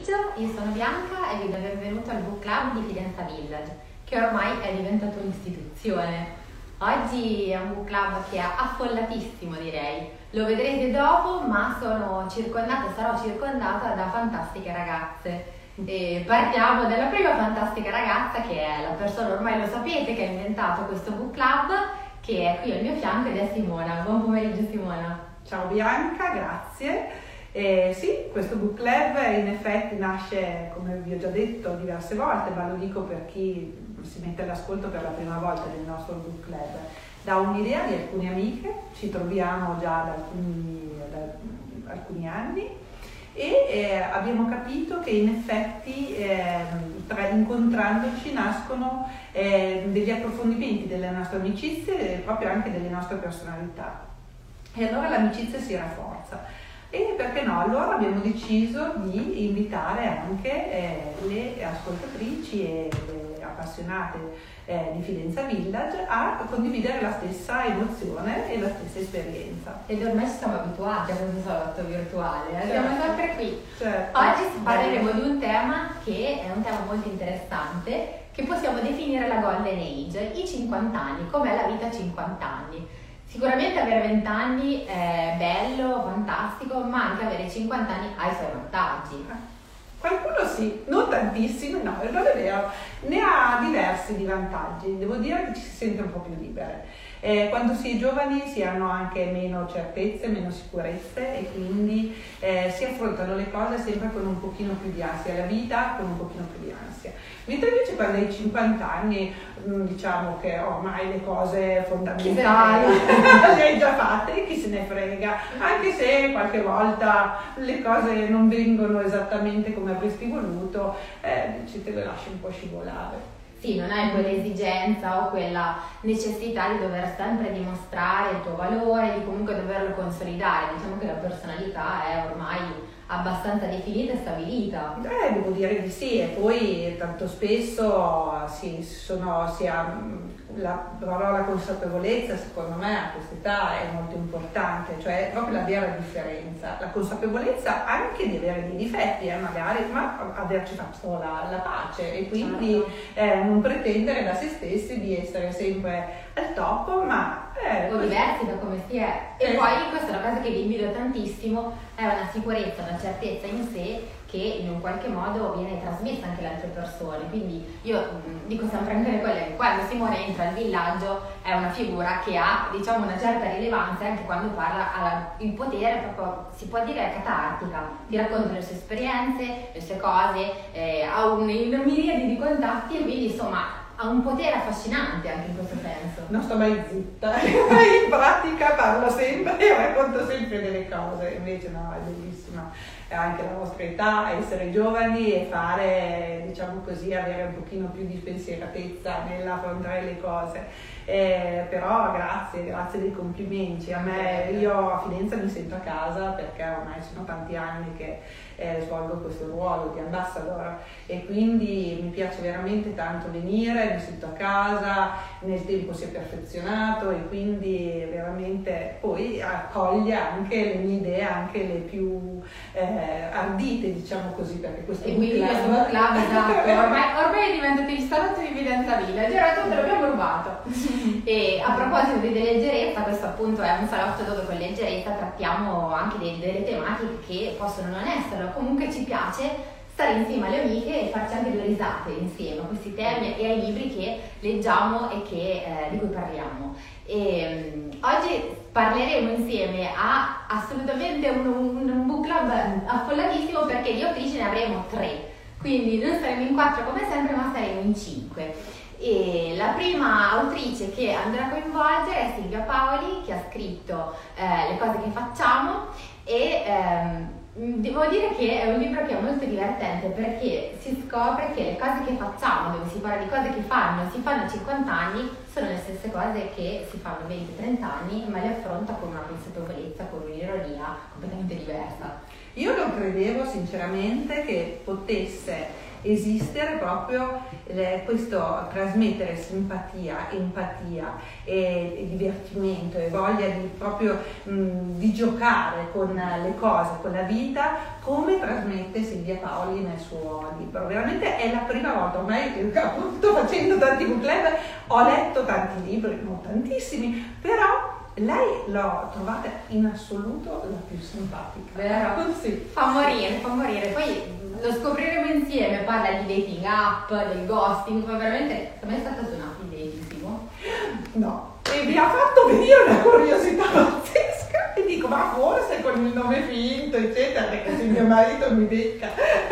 pomeriggio, io sono Bianca e vi do il benvenuto al Book Club di Fidenza Village, che ormai è diventato un'istituzione. Oggi è un Book Club che è affollatissimo, direi. Lo vedrete dopo, ma sarò circondata da fantastiche ragazze. E partiamo dalla prima fantastica ragazza, che è la persona, ormai lo sapete, che ha inventato questo Book Club, che è qui al mio fianco, ed è Simona. Buon pomeriggio Simona. Ciao Bianca, grazie. Sì, questo book club in effetti nasce, come vi ho già detto diverse volte, ma lo dico per chi si mette all'ascolto per la prima volta del nostro book club, da un'idea di alcune amiche, ci troviamo già da alcuni anni e abbiamo capito che in effetti incontrandoci nascono degli approfondimenti delle nostre amicizie e proprio anche delle nostre personalità. E allora l'amicizia si rafforza. E perché no? Allora abbiamo deciso di invitare anche le ascoltatrici e le appassionate di Fidenza Village a condividere la stessa emozione e la stessa esperienza. Ed ormai ci siamo abituati a questo salotto virtuale, siamo sempre qui. Certo. Oggi parleremo di un tema che è un tema molto interessante, che possiamo definire la Golden Age, i 50 anni, com'è la vita a 50 anni. Sicuramente avere 20 anni è bello, fantastico, ma anche avere 50 anni ha i suoi vantaggi. Qualcuno sì, non tantissimi, no, non è vero, ne ha diversi di vantaggi, devo dire che ci si sente un po' più libere. Quando si è giovani si hanno anche meno certezze, meno sicurezze e quindi si affrontano le cose sempre con un pochino più di ansia, la vita con un pochino più di ansia. Mentre invece quando hai 50 anni diciamo che ormai le cose fondamentali le hai già fatte, chi se ne frega, anche se qualche volta le cose non vengono esattamente come avresti voluto, te le lasci un po' scivolare. Sì, non hai quell'esigenza o quella necessità di dover sempre dimostrare il tuo valore, di comunque doverlo consolidare. Diciamo che la personalità è ormai abbastanza definita e stabilita. Devo dire di sì, e poi tanto spesso la parola consapevolezza secondo me a quest'età è molto importante, cioè proprio la vera differenza, la consapevolezza anche di avere dei difetti magari, ma averci fatto la pace e quindi non pretendere da se stessi di essere sempre al top, ma o diversi da come si è. E poi questa è una cosa che vi invidio tantissimo, è una sicurezza, una certezza in sé che in un qualche modo viene trasmessa anche alle altre persone. Quindi io dico sempre anche quelle, quando Simone entra al villaggio è una figura che ha, diciamo, una certa rilevanza, anche quando parla ha il potere proprio, si può dire, catartica, ti racconta le sue esperienze, le sue cose, ha una miriade di contatti e quindi insomma ha un potere affascinante anche in questo senso. Non sto mai zitta, in pratica parlo sempre e racconto sempre delle cose, invece no, è bellissima anche la vostra età, essere giovani e fare, diciamo così, avere un pochino più di spensieratezza nell'affrontare le cose. Però grazie dei complimenti. Io a Fidenza mi sento a casa perché ormai sono tanti anni che svolgo questo ruolo di ambassador e quindi mi piace veramente tanto venire, mi sento a casa, nel tempo si è perfezionato e quindi veramente poi accoglie anche le mie idee, anche le più ardite, diciamo così, perché questo e quindi questo book club, esatto, ormai è diventato il salotto di Fidenza Village, era tutto, l'abbiamo rubato. E a proposito di leggerezza, questo appunto è un salotto dove con leggerezza trattiamo anche delle tematiche che possono non essere, comunque ci piace stare insieme alle amiche e farci anche due risate insieme a questi temi e ai libri che leggiamo e di cui parliamo. E oggi parleremo insieme a assolutamente un book club affollatissimo, perché di autrici ne avremo 3, quindi non saremo in 4 come sempre, ma saremo in 5. E la prima autrice che andrà a coinvolgere è Silvia Paoli, che ha scritto Le cose che facciamo e devo dire che è un libro che è molto divertente perché si scopre che le cose che facciamo, dove si parla di cose che si fanno a 50 anni, sono le stesse cose che si fanno a 20-30 anni, ma le affronta con una consapevolezza, con un'ironia completamente diversa. Io non credevo sinceramente che potesse esistere proprio questo trasmettere simpatia, empatia e divertimento e voglia di proprio di giocare con le cose, con la vita, come trasmette Silvia Paoli nel suo libro. Veramente è la prima volta, ormai appunto facendo tanti book club ho letto tanti libri, non tantissimi, però lei l'ho trovata in assoluto la più simpatica. Vero? Sì. Fa morire, fa morire. Poi lo scopriremo insieme, parla di dating app, del ghosting, poi veramente, come è stata suonata il dating, Simo? No, e mi ha fatto venire una curiosità pazzesca e dico, ma forse con il nome finto, eccetera, perché se mio marito mi becca.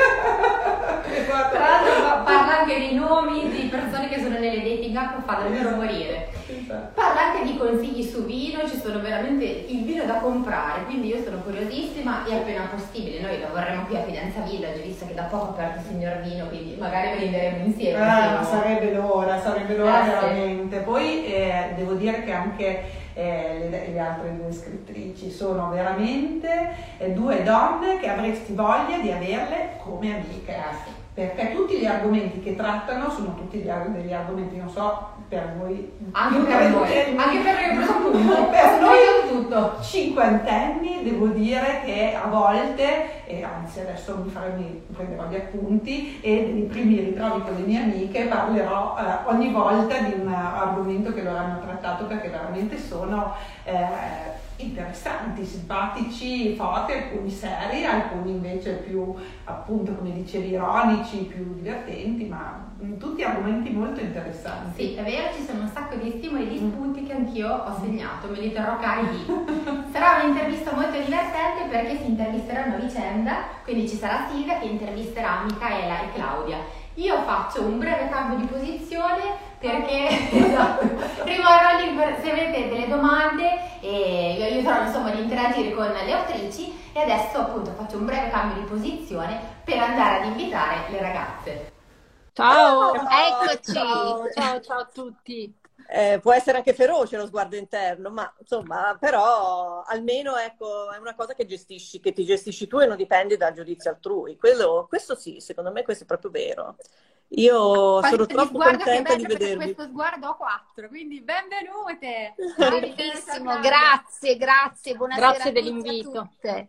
Tra l'altro parla anche di nomi di persone che sono nelle dating app, fa davvero morire. Parla anche di consigli su vino, ci sono veramente il vino da comprare, quindi io sono curiosissima e appena possibile noi lo vorremmo qui a Fidanza Village, visto che da poco ha aperto il signor Vino, quindi magari prenderemo insieme. Sarebbe l'ora Grazie. veramente. Poi devo dire che anche le altre due scrittrici sono veramente due donne che avresti voglia di averle come amiche. Grazie. Perché tutti gli argomenti che trattano sono tutti degli argomenti, non so, per voi. Anche per noi, anche per noi ho preso appunto, per noi tutto. Cinquantenni devo dire che a volte, e anzi adesso mi prenderò gli appunti e nei primi ritrovi con le mie amiche parlerò ogni volta di un argomento che loro hanno trattato, perché veramente sono interessanti, simpatici, forti, alcuni seri, alcuni invece più, appunto, come dicevi, ironici, più divertenti, ma tutti argomenti molto interessanti. Sì, è vero, ci sono un sacco di stimoli e di spunti che anch'io ho segnato, me li terrò carichi. Sarà un'intervista molto divertente perché si intervisteranno a vicenda, quindi ci sarà Silvia che intervisterà Micaela e Claudia. Io faccio un breve cambio di posizione perché esatto, rimarrò lì se avete delle domande e vi aiuterò insomma ad interagire con le autrici, e adesso appunto faccio un breve cambio di posizione per andare ad invitare le ragazze. Ciao! Eccoci! Ciao a tutti! Può essere anche feroce lo sguardo interno, ma insomma, però almeno ecco, è una cosa che gestisci, che ti gestisci tu e non dipendi dal giudizio altrui. Questo sì, secondo me questo è proprio vero. Io sono troppo contenta di vedervi. Per questo sguardo ho 4, quindi benvenute! Bellissimo, grazie, buonasera Grazie a tutti, dell'invito. a tutte.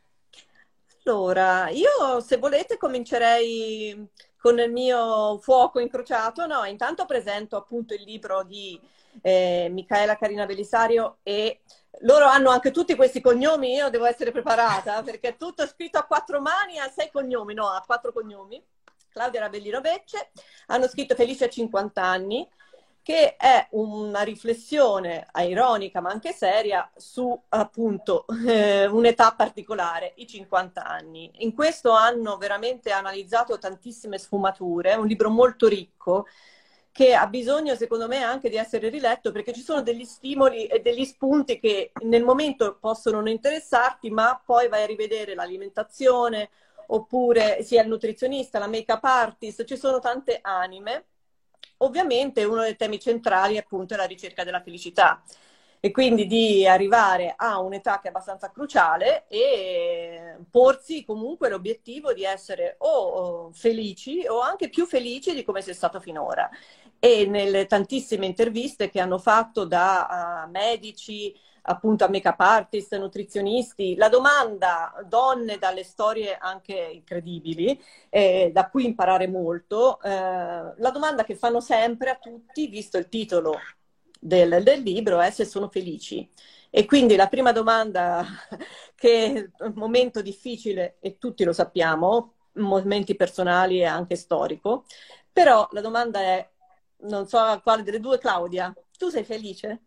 Allora, Io se volete comincerei con il mio fuoco incrociato. No, intanto presento appunto il libro di Micaela Carina Belisario, e loro hanno anche tutti questi cognomi, io devo essere preparata perché è tutto scritto a 4 mani, a 6 cognomi, no, a 4 cognomi. Claudia Rabellino Vecce, hanno scritto Felice a 50 anni, che è una riflessione ironica ma anche seria su appunto un'età particolare, i 50 anni. In questo hanno veramente analizzato tantissime sfumature, è un libro molto ricco che ha bisogno secondo me anche di essere riletto, perché ci sono degli stimoli e degli spunti che nel momento possono non interessarti, ma poi vai a rivedere l'alimentazione, oppure sia il nutrizionista, la make-up artist, ci sono tante anime. Ovviamente uno dei temi centrali appunto è la ricerca della felicità, e quindi di arrivare a un'età che è abbastanza cruciale e porsi comunque l'obiettivo di essere o felici o anche più felici di come si è stato finora. E nelle tantissime interviste che hanno fatto da medici, appunto a make-up artist, nutrizionisti, la domanda, donne dalle storie anche incredibili, da cui imparare molto, la domanda che fanno sempre a tutti, visto il titolo del libro, è se sono felici. E quindi la prima domanda, che è un momento difficile e tutti lo sappiamo, momenti personali e anche storico, però la domanda è, non so a quale delle due, Claudia, tu sei felice?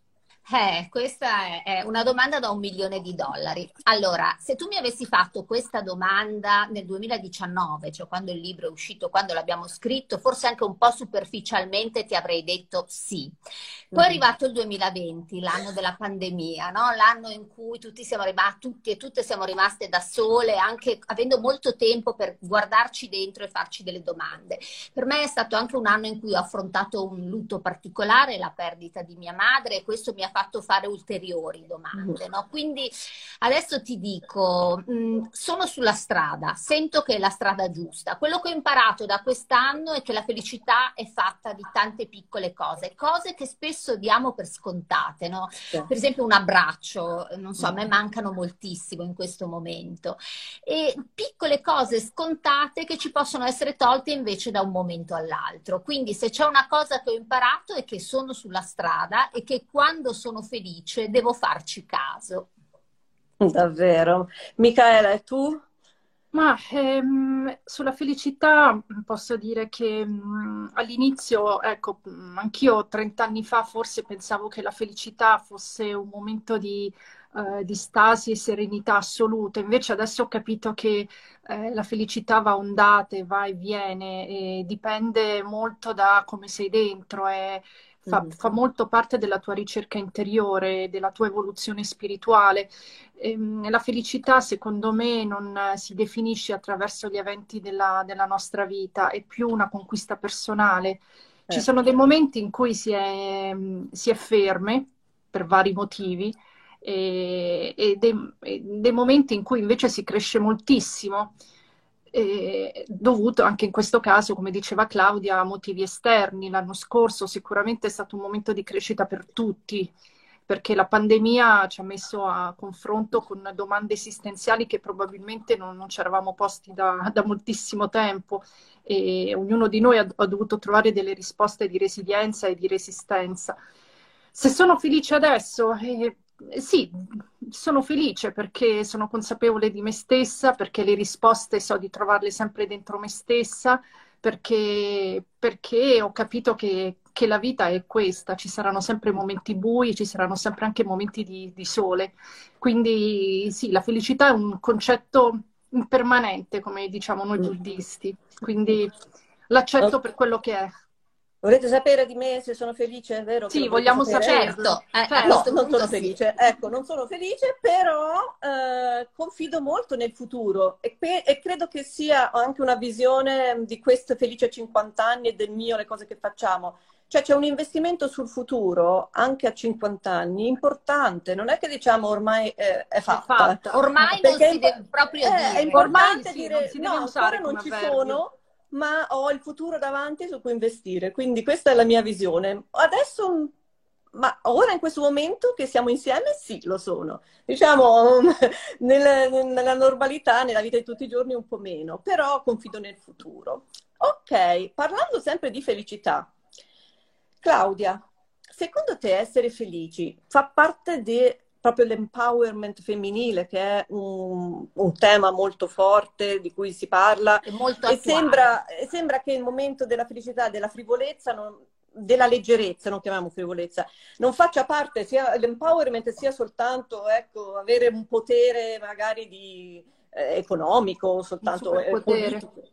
Questa è una domanda da $1 milione. Allora, se tu mi avessi fatto questa domanda nel 2019, cioè quando il libro è uscito, quando l'abbiamo scritto, forse anche un po' superficialmente ti avrei detto sì. Poi è arrivato il 2020, l'anno della pandemia, no? L'anno in cui tutti e tutte siamo rimaste da sole, anche avendo molto tempo per guardarci dentro e farci delle domande. Per me è stato anche un anno in cui ho affrontato un lutto particolare, la perdita di mia madre, e questo mi ha fatto fare ulteriori domande, no? Quindi adesso ti dico, sono sulla strada, sento che è la strada giusta. Quello che ho imparato da quest'anno è che la felicità è fatta di tante piccole cose, cose che spesso diamo per scontate, no? Per esempio un abbraccio, non so, a me mancano moltissimo in questo momento. E piccole cose scontate che ci possono essere tolte invece da un momento all'altro. Quindi se c'è una cosa che ho imparato è che sono sulla strada e che quando sono felice devo farci caso. Davvero. Micaela, e tu? Ma sulla felicità posso dire che all'inizio, ecco, anch'io 30 anni fa forse pensavo che la felicità fosse un momento di stasi e serenità assoluta, invece adesso ho capito che la felicità va a ondate, va e viene, e dipende molto da come sei dentro, fa molto parte della tua ricerca interiore, della tua evoluzione spirituale. La felicità, secondo me, non si definisce attraverso gli eventi della nostra vita, è più una conquista personale. Ci sono dei momenti in cui si è ferme per vari motivi e dei momenti in cui invece si cresce moltissimo, dovuto anche in questo caso, come diceva Claudia, a motivi esterni. L'anno scorso sicuramente è stato un momento di crescita per tutti, perché la pandemia ci ha messo a confronto con domande esistenziali che probabilmente non ci eravamo posti da moltissimo tempo, e ognuno di noi ha dovuto trovare delle risposte di resilienza e di resistenza. Se sono felice adesso? Sì, sono felice perché sono consapevole di me stessa, perché le risposte so di trovarle sempre dentro me stessa, perché ho capito che la vita è questa, ci saranno sempre momenti bui, ci saranno sempre anche momenti di sole. Quindi sì, la felicità è un concetto impermanente, come diciamo noi buddisti, quindi l'accetto per quello che è. Volete sapere di me se sono felice? È vero che Sì, lo volete vogliamo sapere? Certo, No, non sono felice. Ecco, non sono felice, però confido molto nel futuro e credo che sia anche una visione di questo felice 50 anni e del mio, le cose che facciamo. Cioè c'è un investimento sul futuro anche a 50 anni importante, non è che diciamo ormai è fatta. Ormai non si deve proprio dire. È importante sì, dire non si deve no, usare ancora non come ci avverbio. sono, ma ho il futuro davanti su cui investire. Quindi questa è la mia visione. Adesso, ma ora in questo momento che siamo insieme, sì, lo sono. Diciamo, nella normalità, nella vita di tutti i giorni un po' meno, però confido nel futuro. Ok, parlando sempre di felicità. Claudia, secondo te essere felici fa parte di proprio l'empowerment femminile, che è un tema molto forte di cui si parla, È molto e attuale. sembra che il momento della felicità, della frivolezza, della leggerezza, non chiamiamo frivolezza, non faccia parte, sia l'empowerment sia soltanto, ecco, avere un potere magari economico, soltanto superpotere. politico.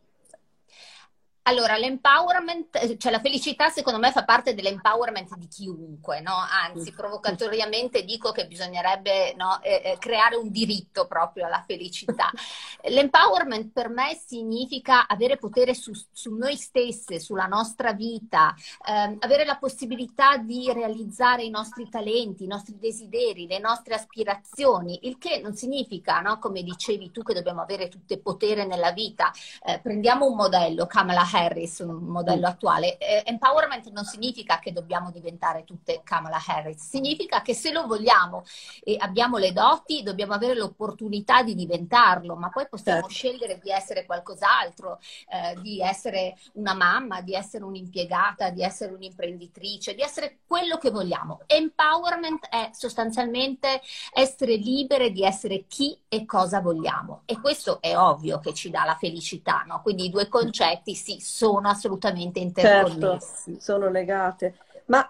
Allora, l'empowerment, cioè la felicità secondo me fa parte dell'empowerment di chiunque, no? Anzi, provocatoriamente dico che bisognerebbe, no, creare un diritto proprio alla felicità. L'empowerment per me significa avere potere su noi stesse, sulla nostra vita, avere la possibilità di realizzare i nostri talenti, i nostri desideri, le nostre aspirazioni, il che non significa, no, come dicevi tu, che dobbiamo avere tutto potere nella vita. Prendiamo un modello, Kamala Harris, un modello attuale. Empowerment non significa che dobbiamo diventare tutte Kamala Harris, significa che se lo vogliamo e abbiamo le doti, dobbiamo avere l'opportunità di diventarlo, ma poi possiamo scegliere di essere qualcos'altro, di essere una mamma, di essere un'impiegata, di essere un'imprenditrice, di essere quello che vogliamo. Empowerment è sostanzialmente essere libere di essere chi e cosa vogliamo, e questo è ovvio che ci dà la felicità, no? Quindi i due concetti sì, sono assolutamente interconnessi. Certo, sono legate. Ma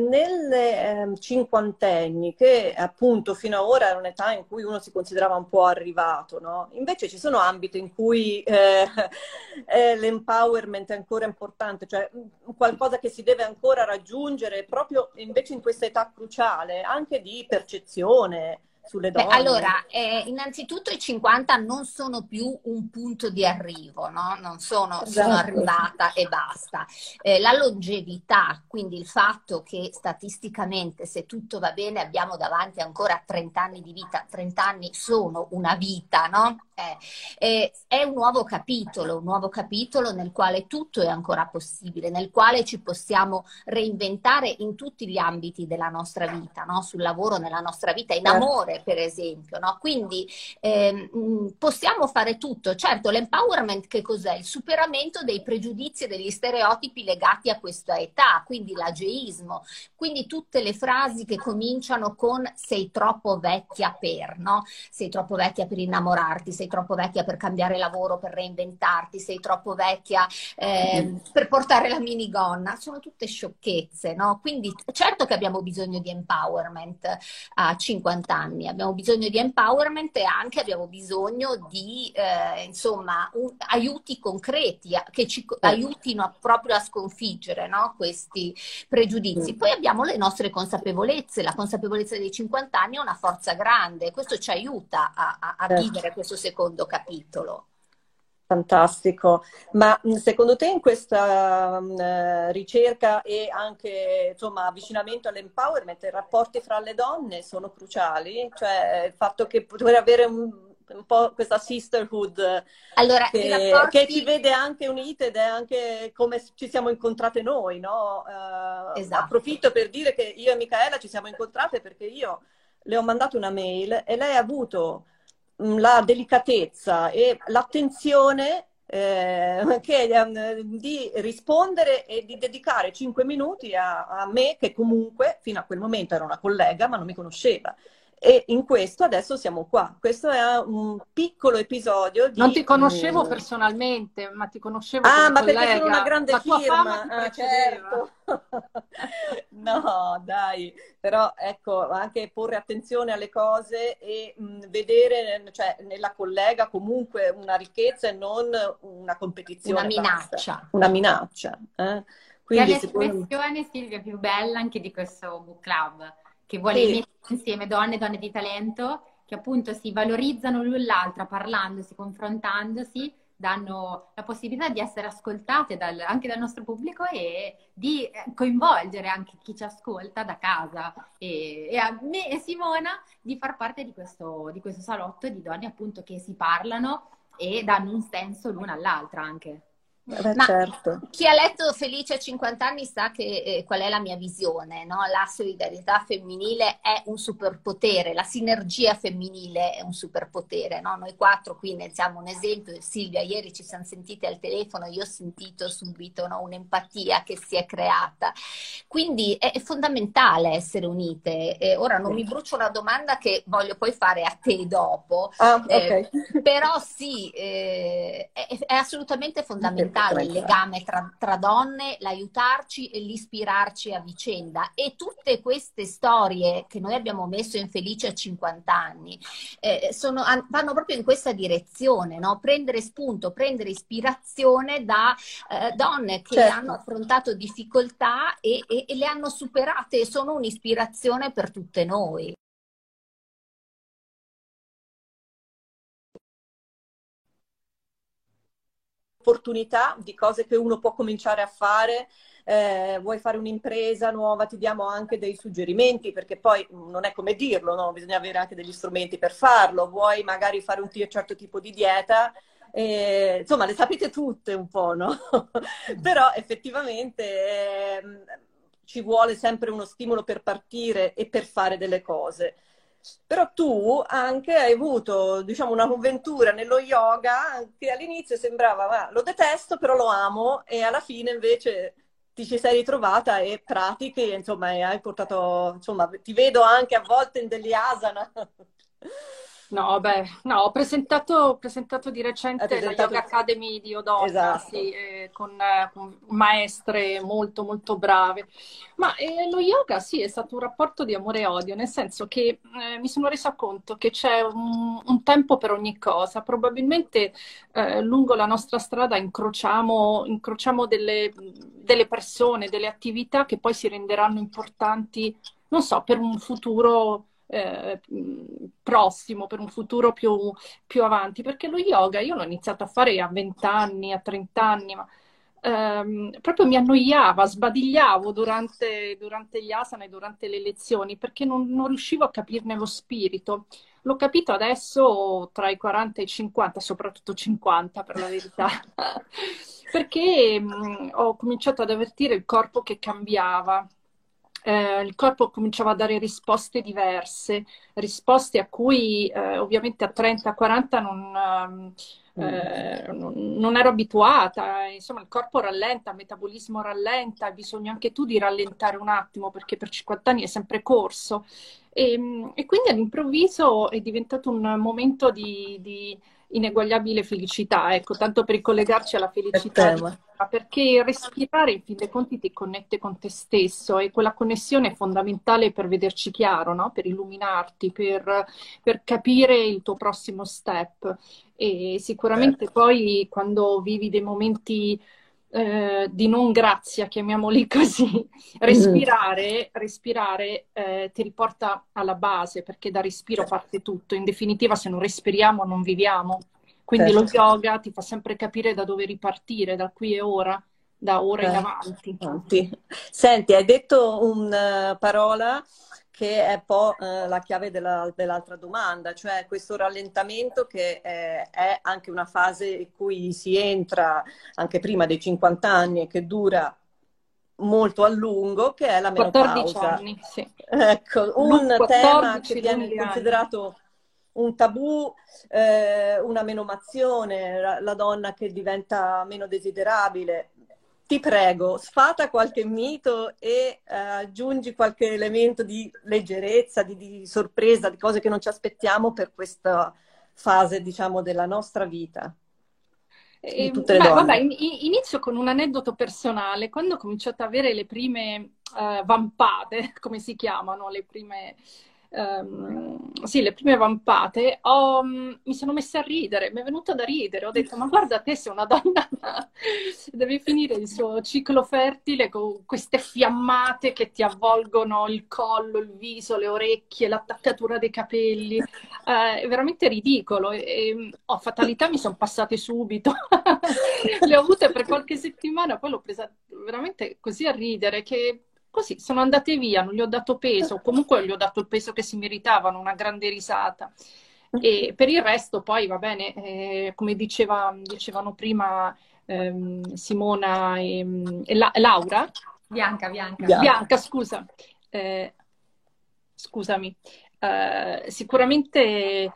nelle cinquantenni, che appunto fino ad ora era un'età in cui uno si considerava un po' arrivato, no? Invece ci sono ambiti in cui l'empowerment è ancora importante, cioè qualcosa che si deve ancora raggiungere proprio invece in questa età cruciale, anche di percezione, sulle Beh, donne. allora, innanzitutto i 50 non sono più un punto di arrivo, no? Non sono Esatto. arrivata e basta. La longevità, quindi il fatto che statisticamente, se tutto va bene, abbiamo davanti ancora 30 anni di vita, 30 anni sono una vita, no? È un nuovo capitolo nel quale tutto è ancora possibile, nel quale ci possiamo reinventare in tutti gli ambiti della nostra vita, no? Sul lavoro, nella nostra vita, in amore, per esempio, no? Quindi possiamo fare tutto. Certo, l'empowerment che cos'è? Il superamento dei pregiudizi e degli stereotipi legati a questa età, quindi l'ageismo, quindi tutte le frasi che cominciano con sei troppo vecchia per, no? Sei troppo vecchia per innamorarti, sei troppo vecchia per cambiare lavoro, per reinventarti, sei troppo vecchia per portare la minigonna. Sono tutte sciocchezze, no? Quindi certo che abbiamo bisogno di empowerment a 50 anni, abbiamo bisogno di empowerment e anche abbiamo bisogno di insomma aiuti concreti che ci aiutino proprio a sconfiggere, no? Questi pregiudizi. Poi abbiamo le nostre consapevolezze, la consapevolezza dei 50 anni è una forza grande, questo ci aiuta a vivere questo secondo capitolo. Fantastico, ma secondo te in questa ricerca e anche insomma avvicinamento all'empowerment, i rapporti fra le donne sono cruciali? Cioè il fatto che poter avere un po' questa sisterhood allora, che ci vede anche unite ed è anche come ci siamo incontrate noi, no? Esatto. Approfitto per dire che io e Micaela ci siamo incontrate perché io le ho mandato una mail e lei ha avuto la delicatezza e l'attenzione di rispondere e di dedicare 5 minuti a me, che comunque fino a quel momento era una collega ma non mi conosceva. E in questo adesso siamo qua. Questo è un piccolo episodio di... Non ti conoscevo personalmente, ma ti conoscevo come ma collega. perché sono una grande La tua firma. fama ti precedeva. Certo. No, dai, però ecco, anche porre attenzione alle cose e vedere, cioè, nella collega comunque una ricchezza e non una competizione. Una minaccia. Una minaccia. Quindi, è l'espressione, Silvia, più bella anche di questo book club, che vuole mettere insieme donne e donne di talento che appunto si valorizzano l'un l'altra, parlandosi, confrontandosi, danno la possibilità di essere ascoltate anche dal nostro pubblico e di coinvolgere anche chi ci ascolta da casa e a me e Simona di far parte di questo salotto di donne appunto che si parlano e danno un senso l'una all'altra anche. Ma certo. Chi ha letto Felice a 50 anni sa che qual è la mia visione, no? La solidarietà femminile è un superpotere, la sinergia femminile è un superpotere, no? Noi 4 qui ne siamo un esempio. Silvia, ieri ci siamo sentite al telefono, io ho sentito subito, no, un'empatia che si è creata. Quindi è fondamentale essere unite. Ora non mi brucio una domanda che voglio poi fare a te dopo, però sì, è assolutamente fondamentale il legame tra donne, l'aiutarci e l'ispirarci a vicenda. E tutte queste storie che noi abbiamo messo in Felice a 50 anni vanno proprio in questa direzione, no? Prendere spunto, prendere ispirazione da donne che hanno affrontato difficoltà e le hanno superate e sono un'ispirazione per tutte noi. Opportunità di cose che uno può cominciare a fare, vuoi fare un'impresa nuova, ti diamo anche dei suggerimenti, perché poi non è come dirlo, no? Bisogna avere anche degli strumenti per farlo, vuoi magari fare un certo tipo di dieta, insomma le sapete tutte un po', no? Però effettivamente ci vuole sempre uno stimolo per partire e per fare delle cose. Però tu anche hai avuto, diciamo, una avventura nello yoga che all'inizio sembrava, ma lo detesto, però lo amo, e alla fine invece ti ci sei ritrovata e pratichi, insomma, e hai portato, insomma, ti vedo anche a volte in degli asana. No, ho presentato di recente la Yoga Academy di Odonna, esatto. sì, con maestre molto molto brave. Ma lo yoga sì, è stato un rapporto di amore e odio, nel senso che mi sono resa conto che c'è un tempo per ogni cosa. Probabilmente lungo la nostra strada incrociamo delle persone, delle attività che poi si renderanno importanti, non so, per un futuro prossimo, per un futuro più avanti, perché lo yoga io l'ho iniziato a fare a 20 anni, a 30 anni, ma proprio mi annoiava, sbadigliavo durante gli asana e durante le lezioni, perché non riuscivo a capirne lo spirito. L'ho capito adesso tra i 40 e i 50, soprattutto 50 per la verità, perché ho cominciato ad avvertire il corpo che cambiava. Il corpo cominciava a dare risposte diverse, risposte a cui ovviamente a 30-40 non ero abituata. Insomma, il corpo rallenta, il metabolismo rallenta, hai bisogno anche tu di rallentare un attimo perché per 50 anni è sempre corso. E quindi all'improvviso è diventato un momento di ineguagliabile felicità, ecco, tanto per ricollegarci alla felicità di perché respirare in fin dei conti ti connette con te stesso e quella connessione è fondamentale per vederci chiaro, no? Per illuminarti, per capire il tuo prossimo step. E sicuramente poi quando vivi dei momenti di non grazia, chiamiamoli così, respirare ti riporta alla base, perché da respiro parte tutto. In definitiva, se non respiriamo non viviamo. Quindi lo yoga ti fa sempre capire da dove ripartire, da qui e ora, da ora in avanti. Senti, hai detto una parola che è un po' la chiave dell'altra domanda, cioè questo rallentamento che è anche una fase in cui si entra anche prima dei 50 anni e che dura molto a lungo, che è la 14 menopausa. anni, sì. Ecco, un 14 tema che viene lunghi considerato un tabù, una menomazione, la donna che diventa meno desiderabile. Ti prego, sfata qualche mito e aggiungi qualche elemento di leggerezza, di sorpresa, di cose che non ci aspettiamo per questa fase, diciamo, della nostra vita. Di tutte le donne. Vabbè, inizio con un aneddoto personale. Quando ho cominciato ad avere le prime vampate, come si chiamano, le prime vampate, mi sono messa a ridere, mi è venuto da ridere, ho detto, ma guarda te, sei una donna, deve finire il suo ciclo fertile con queste fiammate che ti avvolgono il collo, il viso, le orecchie, l'attaccatura dei capelli, è veramente ridicolo, fatalità mi sono passate subito, le ho avute per qualche settimana, poi l'ho presa veramente così a ridere che... Così sono andate via, non gli ho dato peso, comunque gli ho dato il peso che si meritavano, una grande risata. E per il resto poi va bene, come dicevano prima Simona e Laura. Bianca, scusa. Scusami. Sicuramente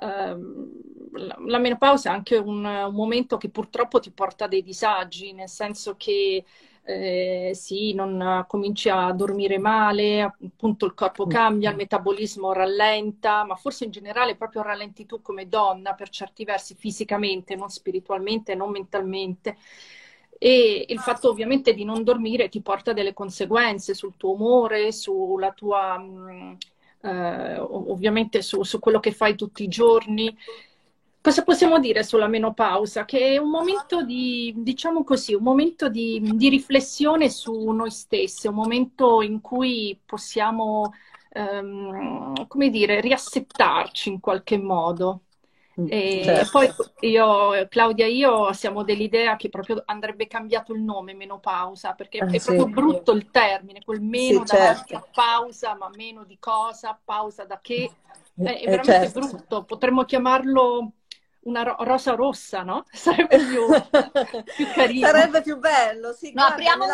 la menopausa è anche un momento che purtroppo ti porta a dei disagi, nel senso che sì, non cominci a dormire male, appunto il corpo cambia, il metabolismo rallenta, ma forse in generale proprio rallenti tu come donna per certi versi fisicamente, non spiritualmente, non mentalmente. E il fatto ovviamente di non dormire ti porta delle conseguenze sul tuo umore, sulla tua ovviamente su quello che fai tutti i giorni. Cosa possiamo dire sulla menopausa? Che è un momento diciamo così, un momento di riflessione su noi stessi, un momento in cui possiamo, come dire, riassettarci in qualche modo. E poi Claudia e io siamo dell'idea che proprio andrebbe cambiato il nome menopausa, perché è proprio brutto il termine, quel meno davanti a pausa, ma meno di cosa, pausa da che, è veramente brutto. Potremmo chiamarlo una rosa rossa, no? Sarebbe più carino. Sarebbe più bello, sì. No, apriamo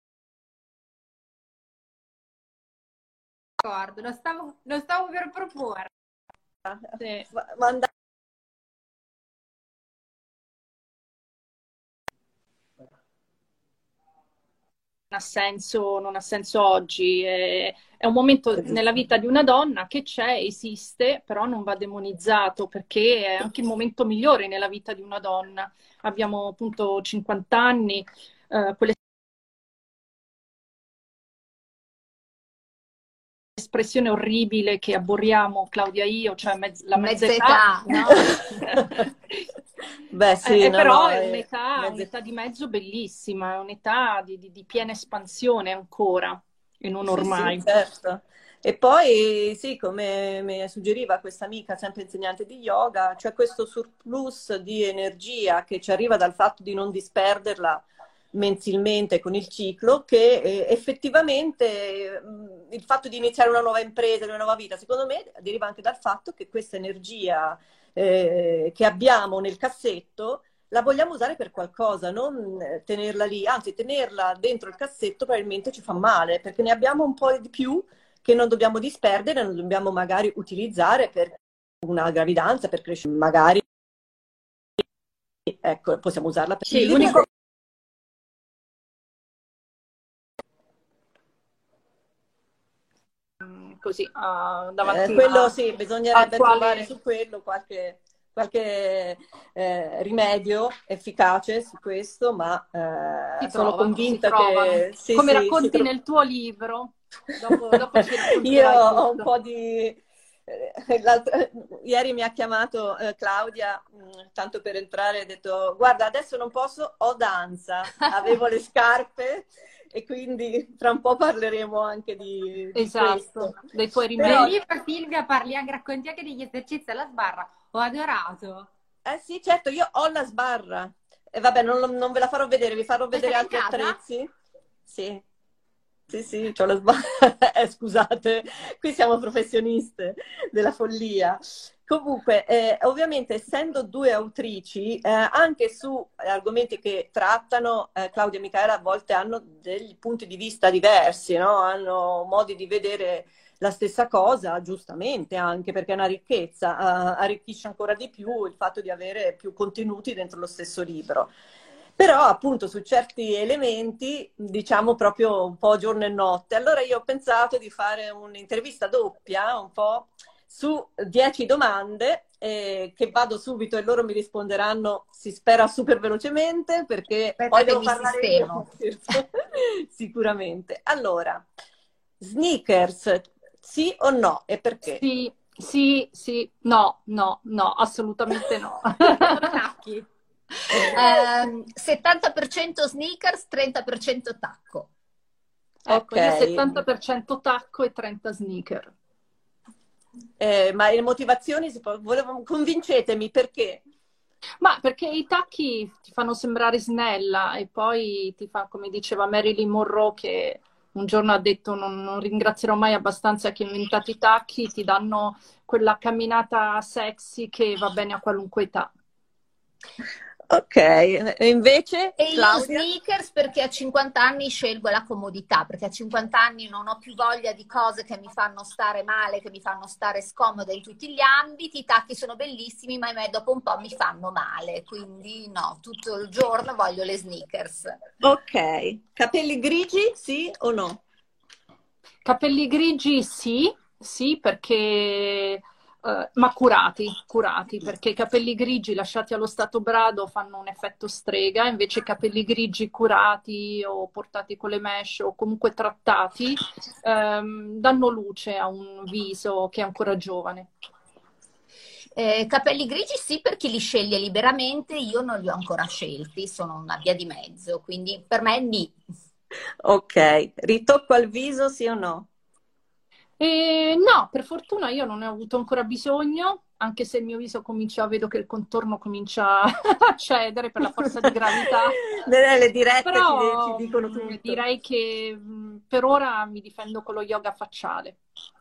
lo stavo per proporre. Sì. Non ha senso oggi, è un momento nella vita di una donna che c'è, esiste, però non va demonizzato perché è anche il momento migliore nella vita di una donna. Abbiamo appunto 50 anni, quell'espressione orribile che aborriamo Claudia e io, cioè la mezza età, no? Beh, sì, però è un'età di mezzo bellissima, è un'età di piena espansione ancora e non ormai. Sì, certo. E poi sì, come mi suggeriva questa amica, sempre insegnante di yoga, c'è questo surplus di energia che ci arriva dal fatto di non disperderla mensilmente con il ciclo, che effettivamente il fatto di iniziare una nuova impresa, una nuova vita, secondo me deriva anche dal fatto che questa energia che abbiamo nel cassetto la vogliamo usare per qualcosa, non tenerla lì, anzi tenerla dentro il cassetto probabilmente ci fa male, perché ne abbiamo un po' di più che non dobbiamo disperdere, non dobbiamo magari utilizzare per una gravidanza, per crescere, magari ecco, possiamo usarla per Sì, l'unico così davanti quello sì, bisognerebbe al quale trovare su quello qualche rimedio efficace su questo, ma si sono trovano, si convinta trovano. che sì, Come sì, racconti nel tuo libro, dopo ci io racconterai ho un tutto. po' di... ieri mi ha chiamato Claudia, tanto per entrare, ha detto guarda adesso non posso, ho danza, avevo le scarpe e quindi tra un po' parleremo anche di questo. Esatto, dei tuoi Però, Nel rimedi. libro Silvia racconti anche degli esercizi alla sbarra. Ho adorato. sì, certo, io ho la sbarra. E vabbè, non ve la farò vedere, vi farò Ce vedere l'hai in altri casa? attrezzi. Sì, sì, sì, c'ho la sbarra. Scusate, qui siamo professioniste della follia. Comunque, ovviamente, essendo due autrici, anche su argomenti che trattano, Claudia e Micaela a volte hanno degli punti di vista diversi, no? Hanno modi di vedere la stessa cosa, giustamente anche perché è una ricchezza, arricchisce ancora di più il fatto di avere più contenuti dentro lo stesso libro. Però appunto su certi elementi diciamo proprio un po' giorno e notte. Allora io ho pensato di fare un'intervista doppia, un po' su 10 domande che vado subito e loro mi risponderanno, si spera super velocemente perché Aspetta poi che devo mi parlare sistemo. io. Sicuramente. Allora, sneakers, sì o no? E perché? Sì, sì, sì, no, no, no, assolutamente no. Sono tacchi. 70% sneakers, 30% tacco. Ecco, Ok, io 70% tacco e 30 sneaker. ma le motivazioni, convincetemi perché? Ma perché i tacchi ti fanno sembrare snella e poi ti fa, come diceva Marilyn Monroe, che un giorno ha detto non ringrazierò mai abbastanza chi ha inventato i tacchi, ti danno quella camminata sexy che va bene a qualunque età. Ok, e invece E io Claudia? sneakers perché a 50 anni scelgo la comodità, perché a 50 anni non ho più voglia di cose che mi fanno stare male, che mi fanno stare scomoda in tutti gli ambiti. I tacchi sono bellissimi, ma a me dopo un po' mi fanno male, quindi no, tutto il giorno voglio le sneakers. Ok, capelli grigi, sì o no? Capelli grigi sì, sì, perché, ma curati, curati, perché i capelli grigi lasciati allo stato brado fanno un effetto strega, invece i capelli grigi curati o portati con le mesh o comunque trattati, danno luce a un viso che è ancora giovane. Capelli grigi sì per chi li sceglie liberamente, io non li ho ancora scelti, sono una via di mezzo, quindi per me è ni. Ok, ritocco al viso, sì o no? No, per fortuna io non ne ho avuto ancora bisogno, anche se il mio viso comincia, vedo che il contorno comincia a cedere per la forza di gravità. Le dirette ci Però dicono tutto. direi che per ora mi difendo con lo yoga facciale.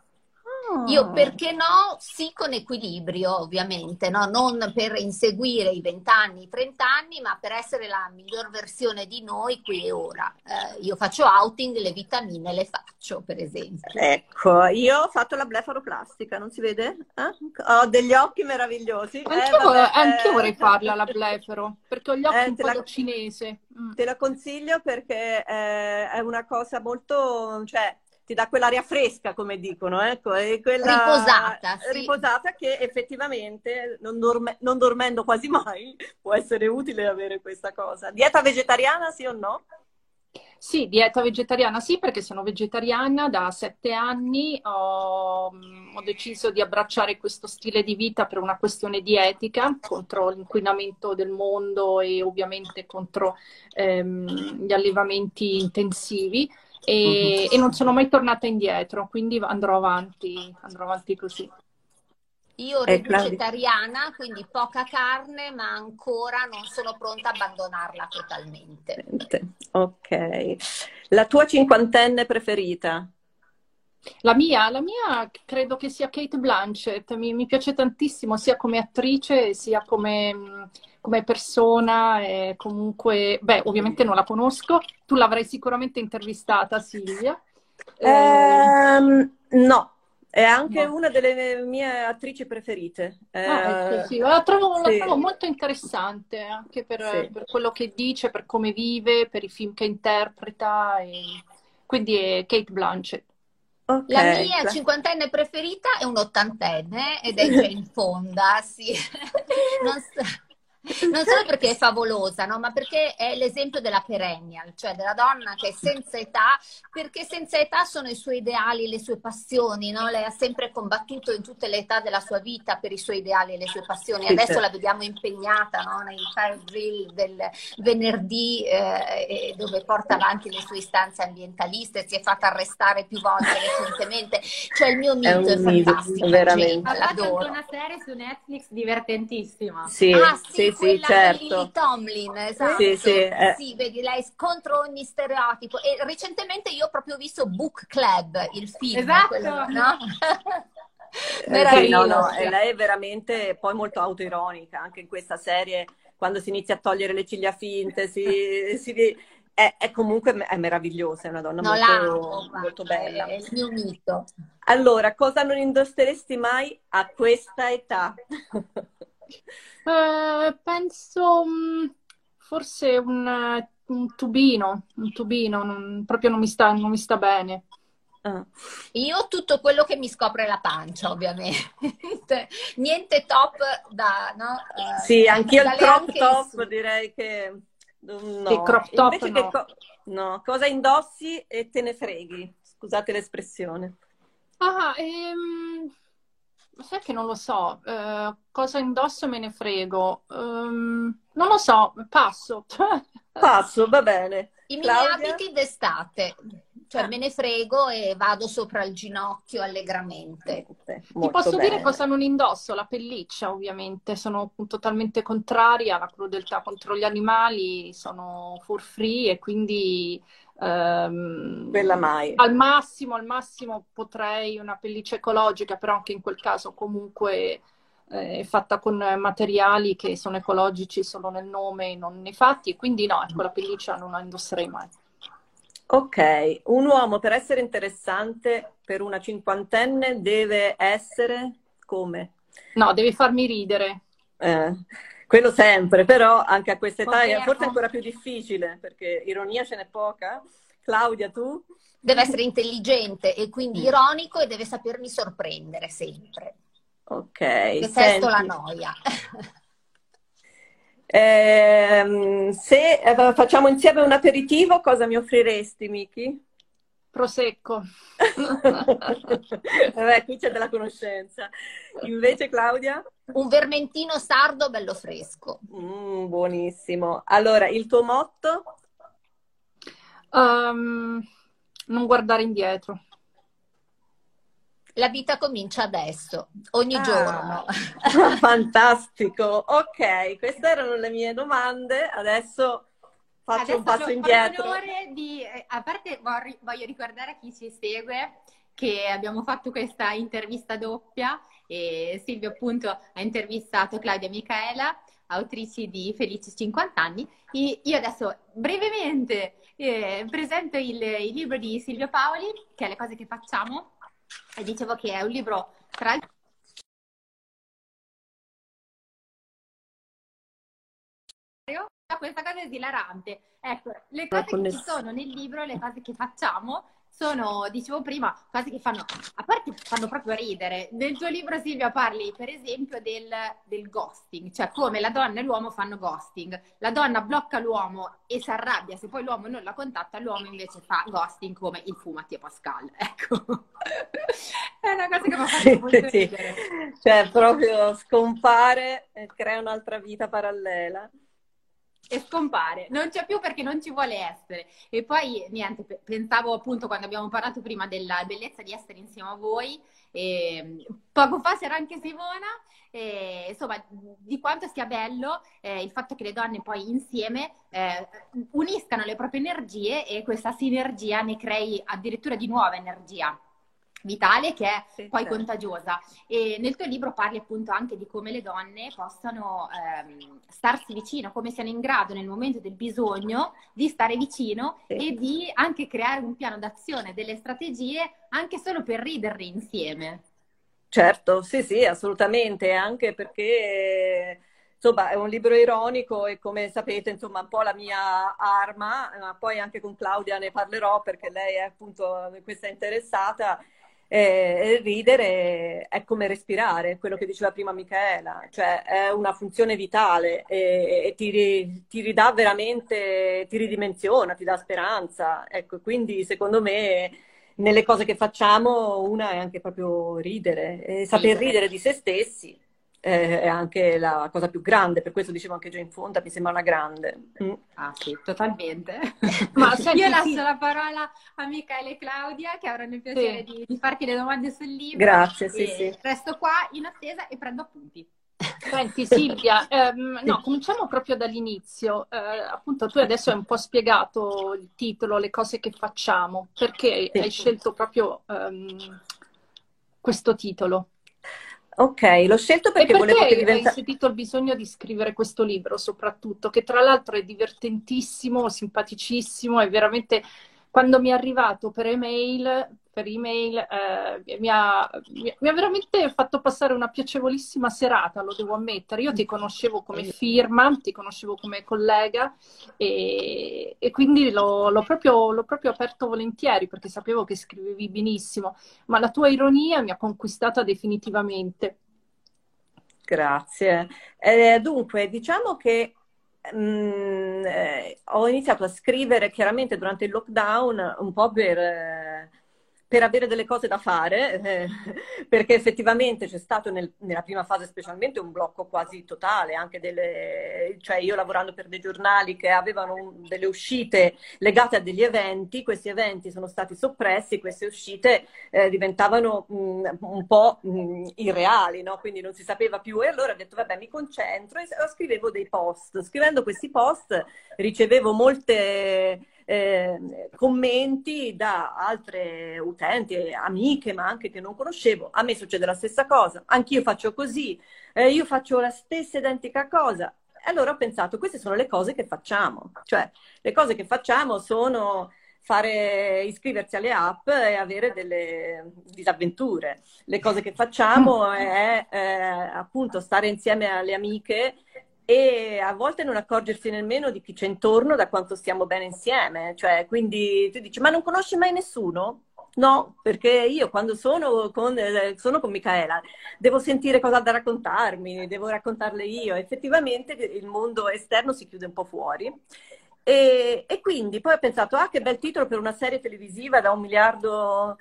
Io Ah. perché no? Sì, con equilibrio, ovviamente, no? Non per inseguire i 20 anni, i 30 anni, ma per essere la miglior versione di noi qui e ora. Io faccio outing, le vitamine le faccio, per esempio. Ecco, io ho fatto la blefaroplastica, non si vede? Ho degli occhi meravigliosi. Anch'io vorrei farla la blefaro, perché ho gli occhi un Te po' la, da cinese. te la consiglio perché è una cosa molto, cioè, ti dà quell'aria fresca, come dicono, ecco, e quella Riposata, sì. riposata che effettivamente, non dormendo quasi mai, può essere utile avere questa cosa. Dieta vegetariana, sì o no? Sì, dieta vegetariana sì, perché sono vegetariana da 7 anni, ho deciso di abbracciare questo stile di vita per una questione di etica, contro l'inquinamento del mondo e ovviamente contro gli allevamenti intensivi. e non sono mai tornata indietro, quindi andrò avanti così. Io ero vegetariana, quindi poca carne, ma ancora non sono pronta a abbandonarla totalmente. Ok. La tua cinquantenne preferita? La mia credo che sia Kate Blanchett, mi piace tantissimo sia come attrice sia come persona, e comunque, beh, ovviamente non la conosco, tu l'avrai sicuramente intervistata, Silvia. No, è anche No. una delle mie attrici preferite. Ecco, sì. La trovo sì. molto interessante anche Sì. per quello che dice, per come vive, per i film che interpreta, quindi è Kate Blanchett. Ok. La mia cinquantenne preferita è un ottantenne ed è Jane Fonda, sì. Non solo perché è favolosa, no? Ma perché è l'esempio della perennial, cioè della donna che è senza età, perché senza età sono i suoi ideali, le sue passioni, no? Lei ha sempre combattuto in tutte le età della sua vita per i suoi ideali e le sue passioni. Adesso la vediamo impegnata, no? Nei fire drill del venerdì, dove porta avanti le sue istanze ambientaliste, si è fatta arrestare più volte recentemente. Cioè il mio mito è fantastico, veramente. Ha fatto anche l'adoro. una serie su Netflix divertentissima. Sì, Sì, quella certo. di Lily Tomlin, esatto. Sì, Sì, vedi, lei contro ogni stereotipo. E recentemente io ho proprio visto Book Club, il film. Esatto. Quello, no? Sì, no, Meraviglioso. lei è veramente poi molto autoironica, anche in questa serie, quando si inizia a togliere le ciglia finte, è comunque è meravigliosa, è una donna No, molto, l'amo, molto guarda, bella. è il mio mito. Allora, cosa non indosseresti mai a questa età? Penso forse un tubino, proprio non mi sta bene. Io tutto quello che mi scopre la pancia, ovviamente. Niente top no? Sì, anch'io il dalle crop anche top su. direi che no. Che crop top Invece no. no, cosa indossi e te ne freghi? Scusate l'espressione. Sai che non lo so, cosa indosso me ne frego. Non lo so, passo. Passo, va bene. I mini Claudia? abiti d'estate, cioè me ne frego e vado sopra il ginocchio allegramente. Ti posso dire cosa non indosso? La pelliccia, ovviamente. Sono totalmente contraria alla crudeltà contro gli animali, sono for free e quindi Quella mai. al massimo potrei una pelliccia ecologica, però anche in quel caso comunque è fatta con materiali che sono ecologici solo nel nome e non nei fatti, e quindi no, ecco, la pelliccia non la indosserei mai. Ok, un uomo per essere interessante per una cinquantenne deve essere come? No, devi farmi ridere. Quello sempre, però anche a questa età Confermo. forse è ancora più difficile perché ironia ce n'è poca. Claudia, tu? Deve essere intelligente e quindi ironico e deve sapermi sorprendere sempre. Ok, Detesto la noia. Se facciamo insieme un aperitivo, cosa mi offriresti, Miki? Prosecco. Vabbè, qui c'è della conoscenza. Invece, Claudia? Un vermentino sardo bello fresco. Buonissimo. Allora, il tuo motto? Non guardare indietro. La vita comincia adesso, ogni giorno. Fantastico. Ok, queste erano le mie domande. Adesso faccio un passo indietro. A parte voglio ricordare a chi ci segue che abbiamo fatto questa intervista doppia e Silvio appunto ha intervistato Claudia e Micaela, autrici di Felici 50 anni. Io adesso brevemente presento il libro di Silvio Paoli, che è Le cose che facciamo, e dicevo che è un libro tra questa cosa è esilarante. Ecco, le cose che ci sono nel libro, le cose che facciamo, sono, dicevo prima, cose che fanno, a parte fanno proprio ridere. Nel tuo libro, Silvia, parli per esempio del ghosting, cioè come la donna e l'uomo fanno ghosting. La donna blocca l'uomo e si arrabbia se poi l'uomo non la contatta, l'uomo invece fa ghosting come il fumati a Pascal. Ecco, è una cosa che mi ha fatto molto ridere. Cioè, proprio scompare e crea un'altra vita parallela. e scompare, non c'è più perché non ci vuole essere. E poi niente, pensavo appunto quando abbiamo parlato prima della bellezza di essere insieme a voi, e poco fa c'era anche Simona, e, insomma, di quanto sia bello il fatto che le donne poi insieme uniscano le proprie energie e questa sinergia ne crei addirittura di nuova energia vitale che è poi certo. contagiosa. E nel tuo libro parli appunto anche di come le donne possano starsi vicino, come siano in grado nel momento del bisogno di stare vicino e di anche creare un piano d'azione, delle strategie anche solo per ridere insieme. Certo, sì, sì, assolutamente, anche perché insomma è un libro ironico e come sapete insomma un po' la mia arma, ma poi anche con Claudia ne parlerò perché lei è appunto questa interessata. Ridere è come respirare, quello che diceva prima Michaela, cioè è una funzione vitale e ti ridà veramente, ti ridimensiona, ti dà speranza. Ecco, quindi secondo me nelle cose che facciamo una è anche proprio ridere, e saper ridere di se stessi è anche la cosa più grande, per questo dicevo anche Jane Fonda, mi sembra una grande. Ah sì, totalmente. Ma senti, Io lascio la parola a Michaela e Claudia che avranno il piacere di farti le domande sul libro. Grazie, sì, sì. Resto qua in attesa e prendo appunti. Senti Silvia, no, cominciamo proprio dall'inizio. Appunto tu adesso hai un po' spiegato il titolo, le cose che facciamo, perché hai scelto proprio questo titolo? Ok, l'ho scelto perché volevo che hai sentito il bisogno di scrivere questo libro soprattutto, che tra l'altro è divertentissimo, simpaticissimo, è veramente... Quando mi è arrivato per email mi ha veramente fatto passare una piacevolissima serata, lo devo ammettere. Io ti conoscevo come firma, ti conoscevo come collega e quindi l'ho proprio aperto volentieri perché sapevo che scrivevi benissimo, ma la tua ironia mi ha conquistata definitivamente. Grazie. Dunque, diciamo che ho iniziato a scrivere chiaramente durante il lockdown un po' per avere delle cose da fare, perché effettivamente c'è stato nella prima fase specialmente un blocco quasi totale, anche cioè io lavorando per dei giornali che avevano delle uscite legate a degli eventi, questi eventi sono stati soppressi, queste uscite diventavano un po' irreali, no? Quindi non si sapeva più e allora ho detto vabbè mi concentro e scrivevo dei post. Scrivendo questi post ricevevo molte commenti da altre utenti, amiche, ma anche che non conoscevo. A me succede la stessa cosa, anch'io faccio così, io faccio la stessa identica cosa. Allora ho pensato, queste sono le cose che facciamo, cioè le cose che facciamo sono iscriversi alle app e avere delle disavventure. Le cose che facciamo è appunto stare insieme alle amiche e a volte non accorgersi nemmeno di chi c'è intorno, da quanto stiamo bene insieme. Cioè, quindi tu dici, ma non conosci mai nessuno? No, perché io quando sono con Michaela devo sentire cosa ha da raccontarmi, devo raccontarle io. Effettivamente il mondo esterno si chiude un po' fuori. E quindi poi ho pensato, che bel titolo per una serie televisiva da $1 miliardo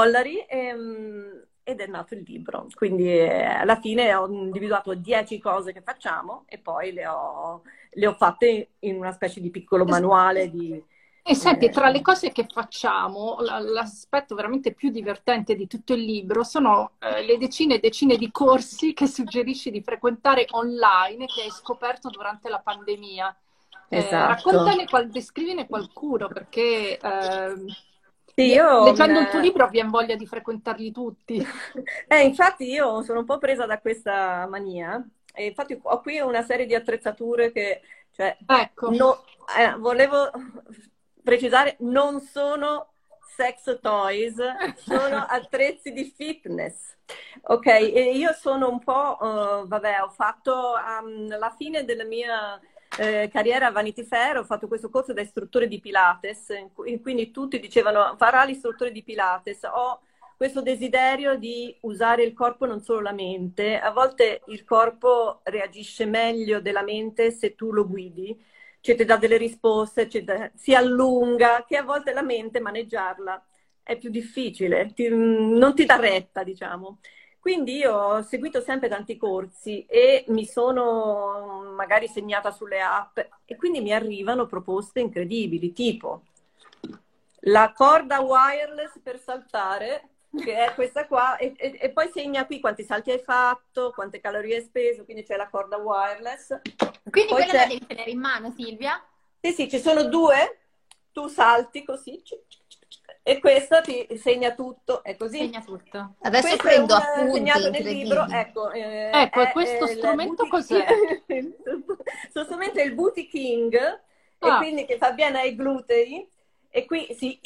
ed è nato il libro. Quindi alla fine ho individuato 10 cose che facciamo e poi le ho fatte in una specie di piccolo manuale di... E senti, tra le cose che facciamo, l'aspetto veramente più divertente di tutto il libro sono le decine e decine di corsi che suggerisci di frequentare online che hai scoperto durante la pandemia. Esatto. Descrivine qualcuno, perché sì, leggendo il tuo libro viene voglia di frequentarli tutti. Infatti io sono un po' presa da questa mania. E infatti ho qui una serie di attrezzature che, cioè, ecco. Volevo precisare, non sono sex toys, sono attrezzi di fitness. Ok, e io sono un po', vabbè, ho fatto alla fine della mia carriera a Vanity Fair, ho fatto questo corso da istruttore di Pilates, quindi tutti dicevano farà l'istruttore di Pilates. Ho questo desiderio di usare il corpo, non solo la mente. A volte il corpo reagisce meglio della mente se tu lo guidi, cioè ti dà delle risposte, si allunga, che a volte la mente maneggiarla è più difficile, non ti dà retta, diciamo. Quindi io ho seguito sempre tanti corsi e mi sono magari segnata sulle app e quindi mi arrivano proposte incredibili, tipo la corda wireless per saltare, che è questa qua, e poi segna qui quanti salti hai fatto, quante calorie hai speso, quindi c'è la corda wireless. Quindi Poi quella la devi tenere in mano, Silvia? Sì, ci sono due, tu salti così, e questa ti segna tutto, è così. Segna tutto. Adesso Questo prendo è appunti, segnato nel libro, incredibili. ecco. Ecco, e questo strumento cos'è? Questo strumento è il Booty King, e Ah, quindi che fa bene ai glutei, e qui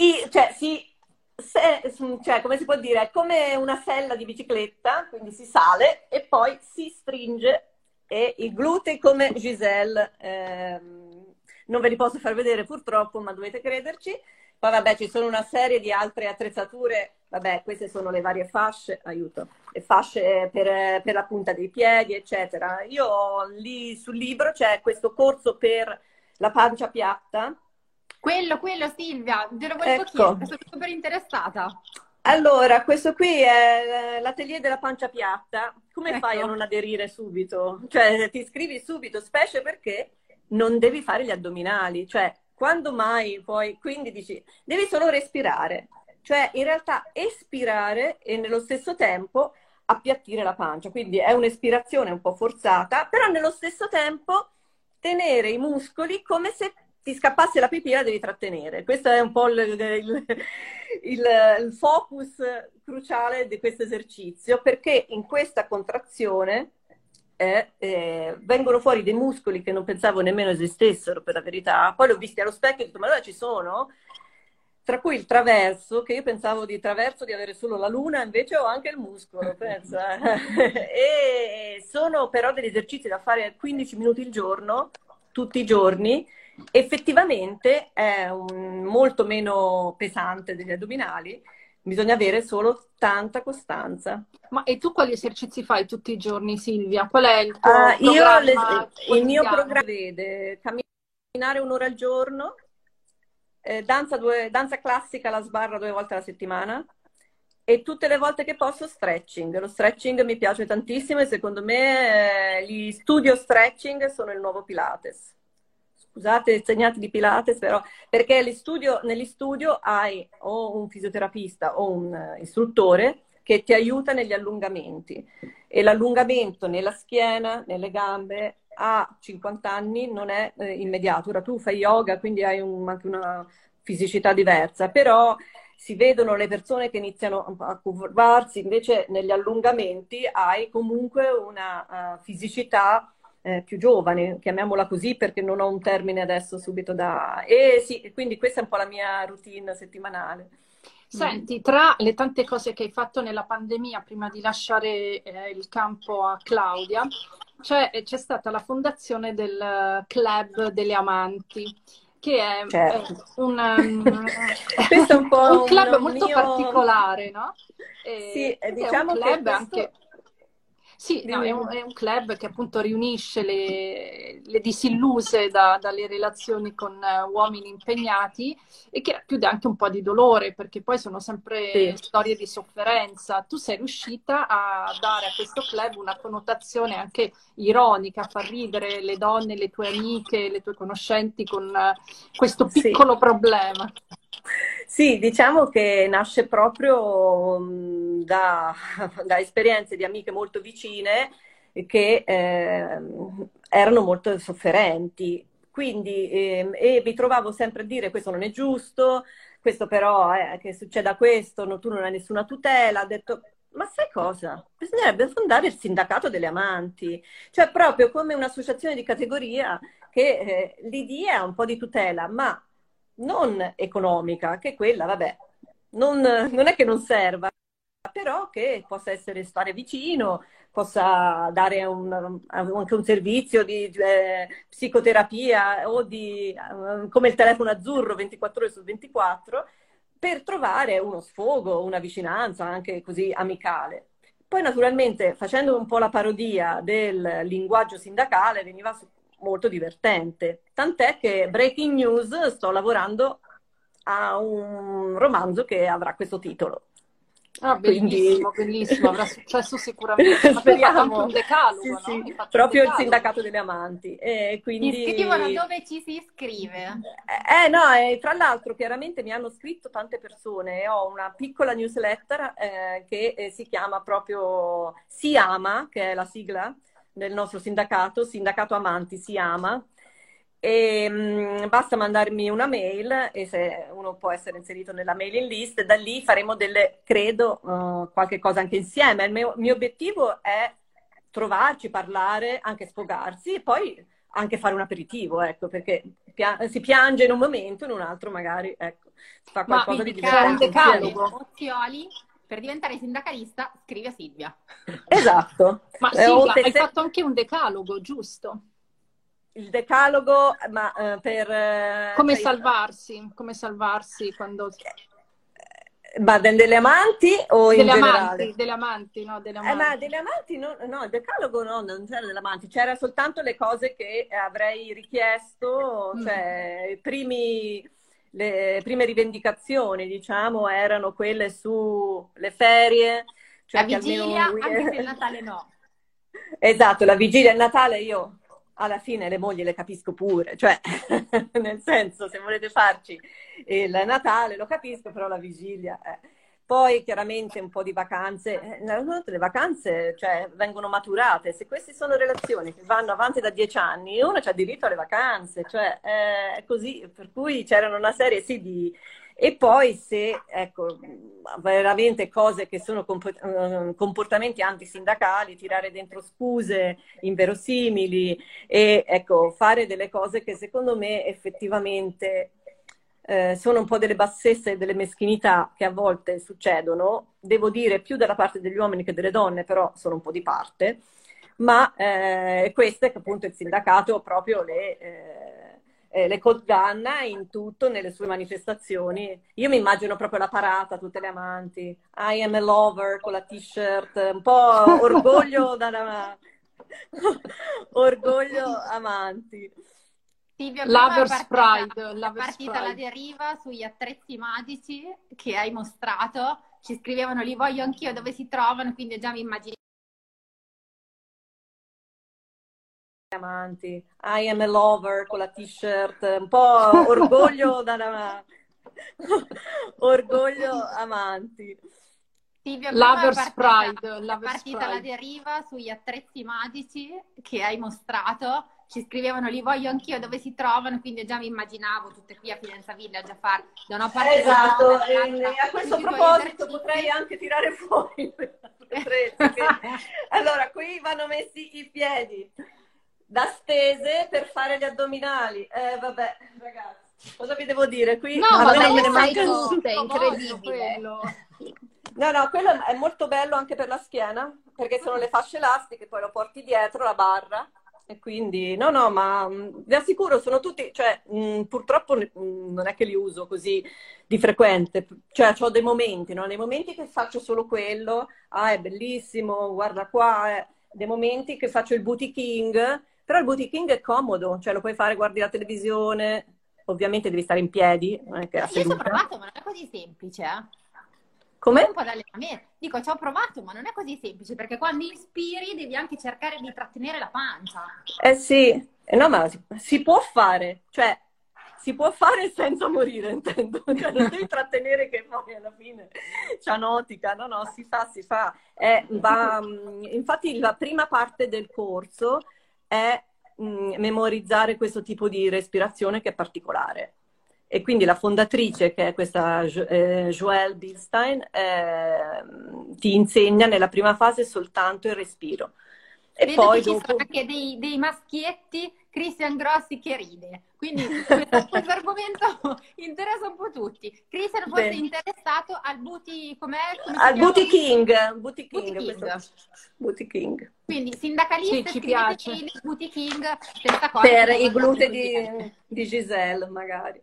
cioè, come si può dire, è come una sella di bicicletta, quindi si sale e poi si stringe, e i glutei come Giselle, non ve li posso far vedere purtroppo, ma dovete crederci. Poi vabbè, ci sono una serie di altre attrezzature, vabbè, queste sono le varie fasce, aiuto, le fasce per la punta dei piedi, eccetera. Io lì sul libro c'è questo corso per la pancia piatta. Quello, Silvia, te lo volevo Ecco. chiedere, sono super interessata. Allora, questo qui è l'atelier della pancia piatta. Come Ecco. fai a non aderire subito? Cioè, ti iscrivi subito, specie perché non devi fare gli addominali. Cioè, quando mai poi, quindi dici, devi solo respirare. Cioè, in realtà espirare e nello stesso tempo appiattire la pancia. Quindi è un'espirazione un po' forzata, però nello stesso tempo tenere i muscoli come se ti scappasse la pipì, la devi trattenere. Questo è un po' il focus cruciale di questo esercizio, perché in questa contrazione vengono fuori dei muscoli che non pensavo nemmeno esistessero, per la verità. Poi l'ho visti allo specchio e ho detto, ma allora ci sono? Tra cui il traverso, che io pensavo di traverso di avere solo la luna, invece ho anche il muscolo, pensa. E sono però degli esercizi da fare 15 minuti il giorno, tutti i giorni. Effettivamente è molto meno pesante degli addominali, bisogna avere solo tanta costanza. ma e tu quali esercizi fai tutti i giorni, Silvia? Qual è il tuo programma Il mio quotidiano? programma vede camminare un'ora al giorno, danza classica alla sbarra 2 volte alla settimana, e tutte le volte che posso stretching. Lo stretching mi piace tantissimo e secondo me gli studio stretching sono il nuovo Pilates. Scusate, insegnanti di Pilates, però, perché negli studio hai o un fisioterapista o un istruttore che ti aiuta negli allungamenti, e l'allungamento nella schiena, nelle gambe a 50 anni non è immediato. Ora tu fai yoga, quindi hai anche una fisicità diversa, però si vedono le persone che iniziano a curvarsi, invece negli allungamenti hai comunque una fisicità più giovane, chiamiamola così perché non ho un termine adesso subito da... E sì, quindi questa è un po' la mia routine settimanale. Senti, tra le tante cose che hai fatto nella pandemia prima di lasciare il campo a Claudia, c'è stata la fondazione del Club delle Amanti, che è Certo. questo è un po' un club un molto mio... particolare, no? Sì, È diciamo un che club questo... anche... Sì, no, è un club che appunto riunisce le disilluse dalle relazioni con uomini impegnati, e che racchiude anche un po' di dolore, perché poi sono sempre storie di sofferenza. Tu sei riuscita a dare a questo club una connotazione anche ironica, a far ridere le donne, le tue amiche, le tue conoscenti con questo piccolo problema. Sì, diciamo che nasce proprio da esperienze di amiche molto vicine che erano molto sofferenti. Quindi, e mi trovavo sempre a dire questo non è giusto, questo però che succeda questo, tu non hai nessuna tutela. Ho detto, ma sai cosa? Bisognerebbe fondare il sindacato delle amanti, cioè proprio come un'associazione di categoria che gli dia un po' di tutela, ma non economica, che quella, vabbè, non è che non serva, però che possa stare vicino, possa dare anche un servizio di psicoterapia o come il telefono azzurro 24 ore su 24, per trovare uno sfogo, una vicinanza anche così amicale. Poi naturalmente, facendo un po' la parodia del linguaggio sindacale, veniva molto divertente. Tant'è che breaking news, sto lavorando a un romanzo che avrà questo titolo. Ah, Quindi bellissimo, bellissimo, avrà successo sicuramente. Ma tu hai fatto anche speriamo. un decalogo, Sì, no? sì, Hai fatto un proprio il decalogo. sindacato delle amanti. E Ti scrivono quindi dove ci si iscrive. no, e tra l'altro chiaramente mi hanno scritto tante persone e ho una piccola newsletter che si chiama proprio Si Ama, che è la sigla del nostro sindacato, Sindacato Amanti Si Ama. E basta mandarmi una mail e se uno può essere inserito nella mailing list, da lì faremo credo, qualche cosa anche insieme. Il mio obiettivo è trovarci, parlare, anche sfogarsi e poi anche fare un aperitivo, ecco, perché si piange in un momento, in un altro magari, ecco, si fa Ma qualcosa di Quindi, c'è un divertente cara insieme. decalogo? Ozioli, per diventare sindacalista, scrivi a Silvia. Esatto. Ma O Silvia, te hai se- fatto anche un decalogo, giusto? il decalogo, ma per... Come cioè, salvarsi? Come salvarsi quando... ma delle amanti o in generale? Delle amanti, no? Delle Ma amanti. delle amanti, no, il decalogo no, non c'era delle amanti, c'era soltanto le cose che avrei richiesto, Mm. cioè le prime rivendicazioni, diciamo, erano quelle sulle ferie, La cioè che almeno un vigilia, anche se il Natale no. Esatto, la vigilia e il Natale io alla fine le mogli le capisco pure, cioè nel senso se volete farci il Natale lo capisco, però la vigilia... Poi chiaramente un po' di vacanze, le vacanze cioè, vengono maturate, se queste sono relazioni che vanno avanti da 10 anni, uno c'ha diritto alle vacanze, cioè è così, per cui c'erano una serie sì di... E poi se, ecco, veramente cose che sono comportamenti antisindacali, tirare dentro scuse inverosimili e ecco, fare delle cose che secondo me effettivamente sono un po' delle bassezze e delle meschinità che a volte succedono, devo dire più dalla parte degli uomini che delle donne, però sono un po' di parte, ma queste che appunto il sindacato proprio le condanna in tutto nelle sue manifestazioni. Io mi immagino proprio la parata, tutte le amanti, I am a lover con la t-shirt, un po' orgoglio orgoglio amanti. Silvia, Lovers Pride, è Lovers partita la Pride. deriva sugli attrezzi magici che hai mostrato. Ci scrivevano, li voglio anch'io, dove si trovano, quindi già mi immagino. Amanti, I am a lover con la t-shirt, un po' orgoglio orgoglio amanti. Silvia, Lovers è Pride, Lovers partita la Pride. deriva sugli attrezzi magici che hai mostrato. Ci scrivevano, li voglio anch'io, dove si trovano, quindi già mi immaginavo tutte qui a Firenze Village a fare da una parte Esatto, yoga, e dall'altra a questo tutti i tuoi proposito esercizi. potrei anche tirare fuori allora, qui vanno messi i piedi da stese per fare gli addominali. Vabbè, ragazzi, cosa vi devo dire? Qui No, Ma almeno me me le ne sai manca tutte, è Voglio incredibile. quello. No, quello è molto bello anche per la schiena, perché sono le fasce elastiche, poi lo porti dietro, la barra, e quindi, no, ma vi assicuro, sono tutti, cioè, purtroppo non è che li uso così di frequente, cioè, ho dei momenti, no? Nei momenti che faccio solo quello, è bellissimo, guarda qua, dei momenti che faccio il booty king, però il booty king è comodo, cioè lo puoi fare, guardi la televisione, ovviamente devi stare in piedi, non è che a Io ci ho seduta. provato, ma non è così semplice. Come? Un po' d'allenamento. Dico, ci ho provato, ma non è così semplice, perché quando ispiri devi anche cercare di trattenere la pancia. Eh sì, no, ma si può fare, cioè si può fare senza morire, intendo, cioè non devi trattenere che poi alla fine cianotica, no, si fa. Infatti la prima parte del corso è memorizzare questo tipo di respirazione che è particolare. E quindi la fondatrice, che è questa Joelle Bilstein, ti insegna nella prima fase soltanto il respiro. E Vedo poi che ci sono dopo... anche dei maschietti, Christian Grossi che ride. Quindi questo argomento interessa un po' tutti. Christian fosse Bene. interessato al booty, com'è? Come si Al chiama? Booty King, Booty King. Booty King. Quindi sindacaliste, Sì, ci scrivete piace. mail, Booty King, stessa cosa. Per che i con glutei Booty King. di Giselle, magari.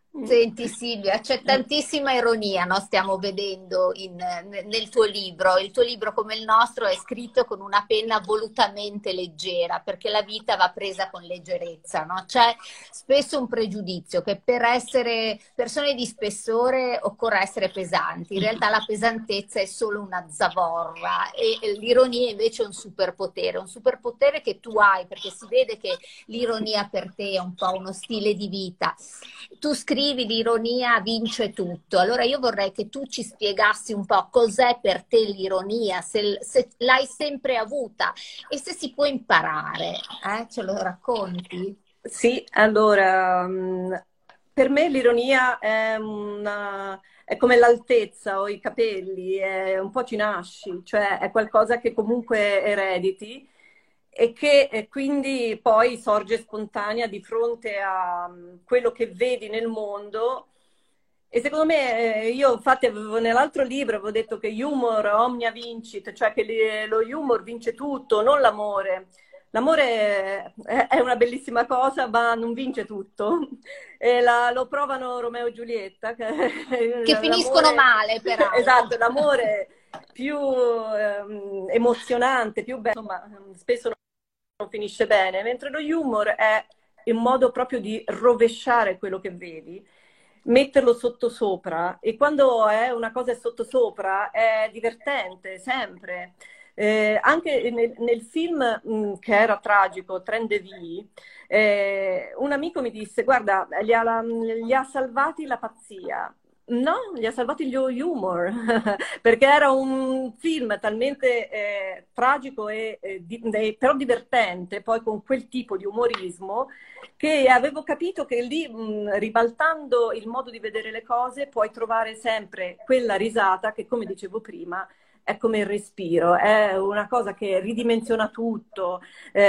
Senti Silvia, c'è tantissima ironia, no? Stiamo vedendo nel tuo libro. Il tuo libro, come il nostro, è scritto con una penna volutamente leggera, perché la vita va presa con leggerezza, no? C'è spesso un pregiudizio che per essere persone di spessore occorre essere pesanti. In realtà la pesantezza è solo una zavorra e l'ironia invece è un superpotere che tu hai, perché si vede che l'ironia per te è un po' uno stile di vita. Tu scrivi l'ironia vince tutto. Allora io vorrei che tu ci spiegassi un po' cos'è per te l'ironia, se l'hai sempre avuta e se si può imparare. Ce lo racconti? Sì, allora, per me l'ironia è come l'altezza o i capelli, è un po' ci nasci, cioè è qualcosa che comunque erediti e che quindi poi sorge spontanea di fronte a quello che vedi nel mondo. E secondo me, io infatti nell'altro libro avevo detto che humor omnia vincit, cioè che lo humor vince tutto, non l'amore. L'amore è una bellissima cosa, ma non vince tutto. E lo provano Romeo e Giulietta, Che finiscono male, peraltro. Esatto, l'amore più emozionante, più bello, ma spesso non finisce bene, mentre lo humor è un modo proprio di rovesciare quello che vedi, metterlo sottosopra, e quando è una cosa è sottosopra è divertente, sempre. Anche nel film che era tragico, Train de Vie, un amico mi disse, guarda, li ha salvati la pazzia. No, gli ha salvati lo humor, perché era un film talmente tragico però divertente, poi con quel tipo di umorismo, che avevo capito che lì, ribaltando il modo di vedere le cose, puoi trovare sempre quella risata che, come dicevo prima, è come il respiro, è una cosa che ridimensiona tutto,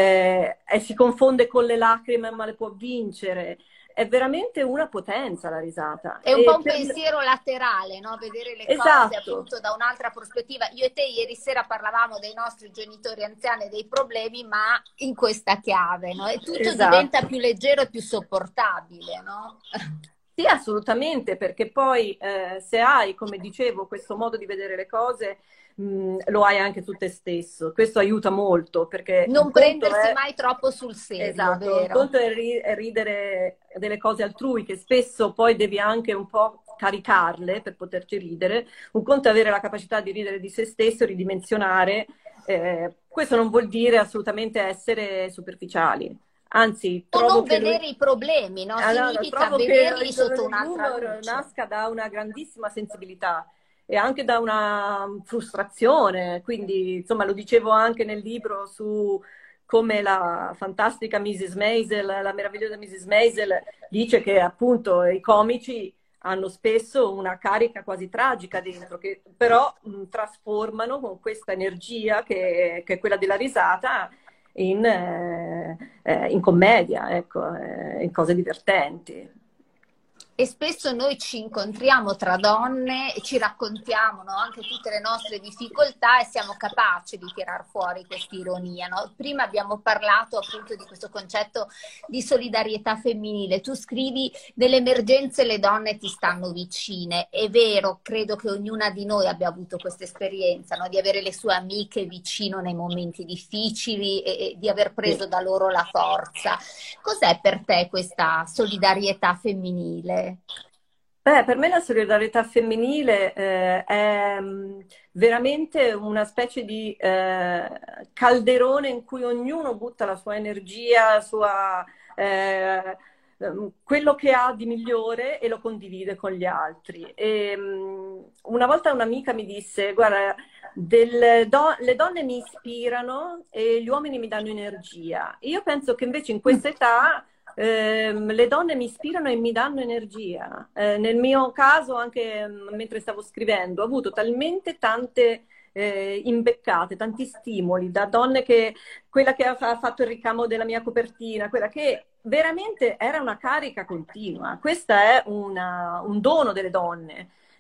e si confonde con le lacrime, ma le può vincere. È veramente una potenza la risata. È un po' un pensiero laterale, no? Vedere le cose appunto da un'altra prospettiva. Io e te ieri sera parlavamo dei nostri genitori anziani e dei problemi, ma in questa chiave, no? E tutto diventa più leggero e più sopportabile, no? Sì, assolutamente, perché poi se hai, come dicevo, questo modo di vedere le cose, lo hai anche su te stesso. Questo aiuta molto, perché non prendersi mai troppo sul serio, esatto, vero? Un conto è ridere delle cose altrui, che spesso poi devi anche un po' caricarle per poterci ridere. Un conto è avere la capacità di ridere di se stesso, ridimensionare. Questo non vuol dire assolutamente essere superficiali. Anzi, trovo non che vedere i problemi, no? Significa vederli sotto un'altra luce. Nasca da una grandissima sensibilità e anche da una frustrazione. Quindi, insomma, lo dicevo anche nel libro su come la fantastica Mrs. Maisel, la meravigliosa Mrs. Maisel, dice che appunto i comici hanno spesso una carica quasi tragica dentro, che però trasformano con questa energia che è quella della risata in commedia, ecco, in cose divertenti. E spesso noi ci incontriamo tra donne e ci raccontiamo, no, anche tutte le nostre difficoltà e siamo capaci di tirar fuori questa ironia, no? Prima abbiamo parlato appunto di questo concetto di solidarietà femminile. Tu scrivi: nelle emergenze le donne ti stanno vicine. È vero, credo che ognuna di noi abbia avuto questa esperienza, no? Di avere le sue amiche vicino nei momenti difficili e di aver preso da loro la forza. Cos'è per te questa solidarietà femminile? Per me la solidarietà femminile è veramente una specie di calderone in cui ognuno butta la sua energia, quello che ha di migliore, e lo condivide con gli altri. Una volta un'amica mi disse: guarda, le donne mi ispirano e gli uomini mi danno energia. Io penso che invece in questa età le donne mi ispirano e mi danno energia. Nel mio caso, anche mentre stavo scrivendo, ho avuto talmente tante imbeccate, tanti stimoli da donne, quella che ha fatto il ricamo della mia copertina, quella che veramente era una carica continua. Questo è un dono delle donne.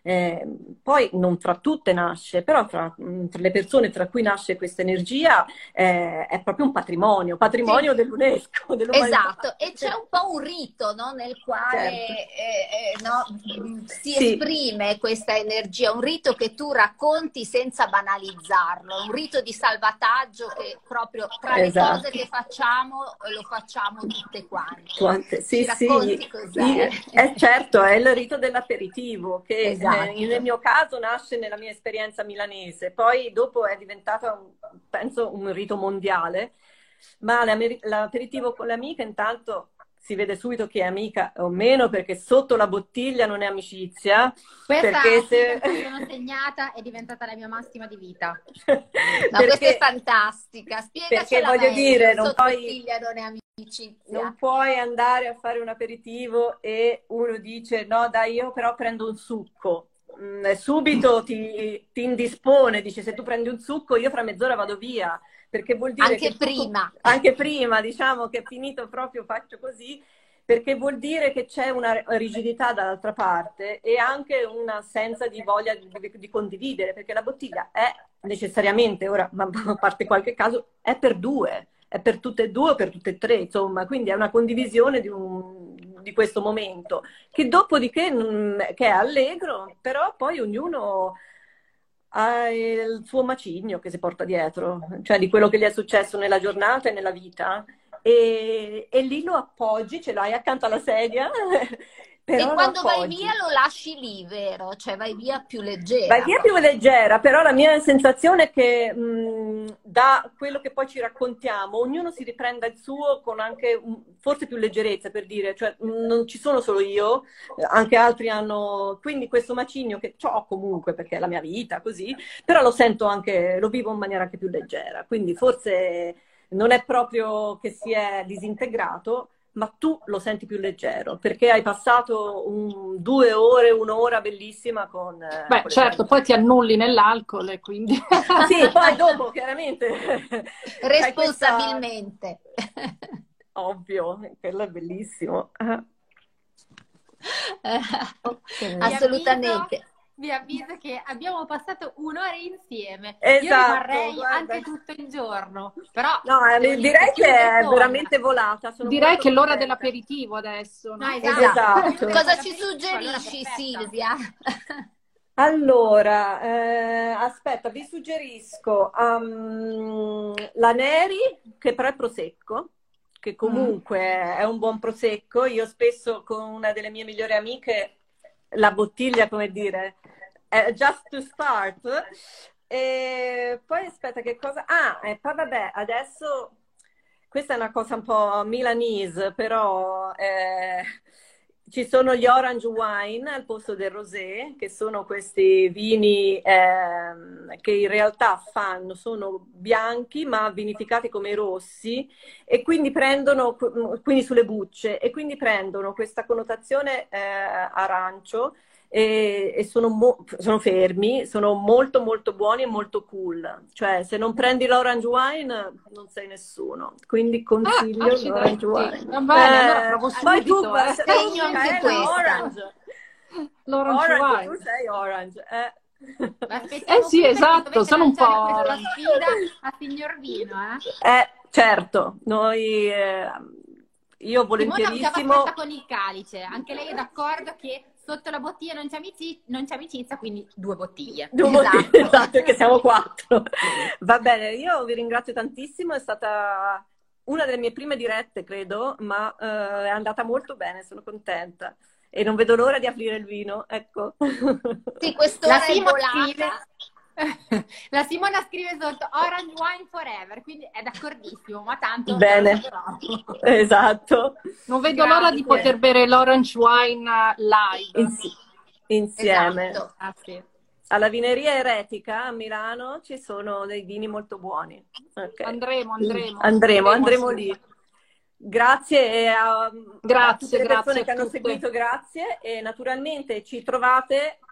Poi non fra tutte nasce, però tra le persone tra cui nasce questa energia è proprio un patrimonio Sì. dell'UNESCO, dell'umanità. Esatto, e c'è un po' un rito, no, nel quale Certo. si Sì, esprime questa energia, un rito che tu racconti senza banalizzarlo, un rito di salvataggio che proprio tra le cose esatto. che facciamo lo facciamo tutte quante. Sì, Ci racconti sì, cos'è? certo, è il rito dell'aperitivo che Esatto. nel mio caso nasce nella mia esperienza milanese, poi dopo è diventata, penso, un rito mondiale, ma l'aperitivo con le amiche intanto si vede subito chi è amica o meno, perché sotto la bottiglia non è amicizia, Questa perché sì, mi sono segnata, è diventata la mia massima di vita. No, questa è fantastica. perché Spiegacela voglio meglio, dire, sotto bottiglia non è amicizia. non puoi andare a fare un aperitivo e uno dice no, dai, io però prendo un succo. Subito ti indispone, dice se tu prendi un succo io fra mezz'ora vado via, perché vuol dire Anche che prima. anche prima, diciamo che è finito proprio, faccio così, perché vuol dire che c'è una rigidità dall'altra parte e anche un'assenza di voglia di condividere, perché la bottiglia è necessariamente, ora, ma a parte qualche caso, è per due, è per tutte e due o per tutte e tre, insomma, quindi è una condivisione di questo momento, che dopodiché che è allegro, però poi ognuno ha il suo macigno che si porta dietro, cioè di quello che gli è successo nella giornata e nella vita, e lì lo appoggi, ce l'hai accanto alla sedia, però E lo quando vai appoggi. via lo lasci lì, vero? Cioè vai via più Vai leggera. via più leggera, però la mia sensazione è che da quello che poi ci raccontiamo, ognuno si riprenda il suo con anche forse più leggerezza, per dire, cioè non ci sono solo io, anche altri hanno, quindi questo macigno che ho comunque perché è la mia vita, così, però lo sento anche, lo vivo in maniera anche più leggera, quindi forse non è proprio che si è disintegrato, ma tu lo senti più leggero perché hai passato 2 ore, un'ora bellissima con Beh, le certo, tue poi ti annulli nell'alcol e quindi... sì, poi dopo chiaramente hai questa... Responsabilmente. Ovvio, quello è bellissimo. Ok. Assolutamente. Vi avviso che abbiamo passato un'ora insieme. Esatto, Io rimarrei guarda. anche tutto il giorno, però No, devo dire direi che chiude è con- veramente volata. Sono Direi molto che è l'ora contenta. dell'aperitivo adesso, No, no? Esatto. Chiude Cosa con ci l'aperitivo, allora suggerisci, perfetto. Silvia? Allora, aspetta, vi suggerisco la Neri, che però è prosecco, che comunque è un buon prosecco. Io spesso con una delle mie migliori amiche, la bottiglia, come dire, è just to start. E poi aspetta, che cosa... Ah, e poi vabbè, adesso... Questa è una cosa un po' milanese, però ci sono gli orange wine al posto del rosé, che sono questi vini che in realtà sono bianchi ma vinificati come i rossi e quindi prendono, quindi sulle bucce, e quindi prendono questa connotazione arancio e sono fermi, sono molto molto buoni e molto cool. Cioè, se non prendi l'orange wine non sei nessuno. Quindi consiglio l'orange accidenti. wine. Va bene, allora provo Poi tu, subito. Segno anche Michaela, questa. orange. L'orange Orange, wine. tu sei orange. Aspettiamo sì, qui perché esatto, dovete sono un po' lanciare questa orange. sfida a signor Vino, Certo, noi, io Simona già volentierissimo. aspetta con il calice, anche lei è d'accordo che sotto la bottiglia non c'è amicizia, quindi 2 bottiglie. Due bottiglie, esatto, perché siamo 4. Va bene, io vi ringrazio tantissimo, è stata una delle mie prime dirette, credo, ma è andata molto bene, sono contenta. E non vedo l'ora di aprire il vino, ecco. Sì, quest'ora La è Simona volata. La Simona scrive sotto Orange Wine Forever, quindi è d'accordissimo, ma tanto Bene, esatto. Non vedo l'ora di poter bere l'orange wine live. Insieme. Esatto. Ah, sì. Alla Vineria Eretica a Milano ci sono dei vini molto buoni. Okay. Andremo lì. Grazie a tutte le persone che hanno seguito, grazie, e naturalmente ci trovate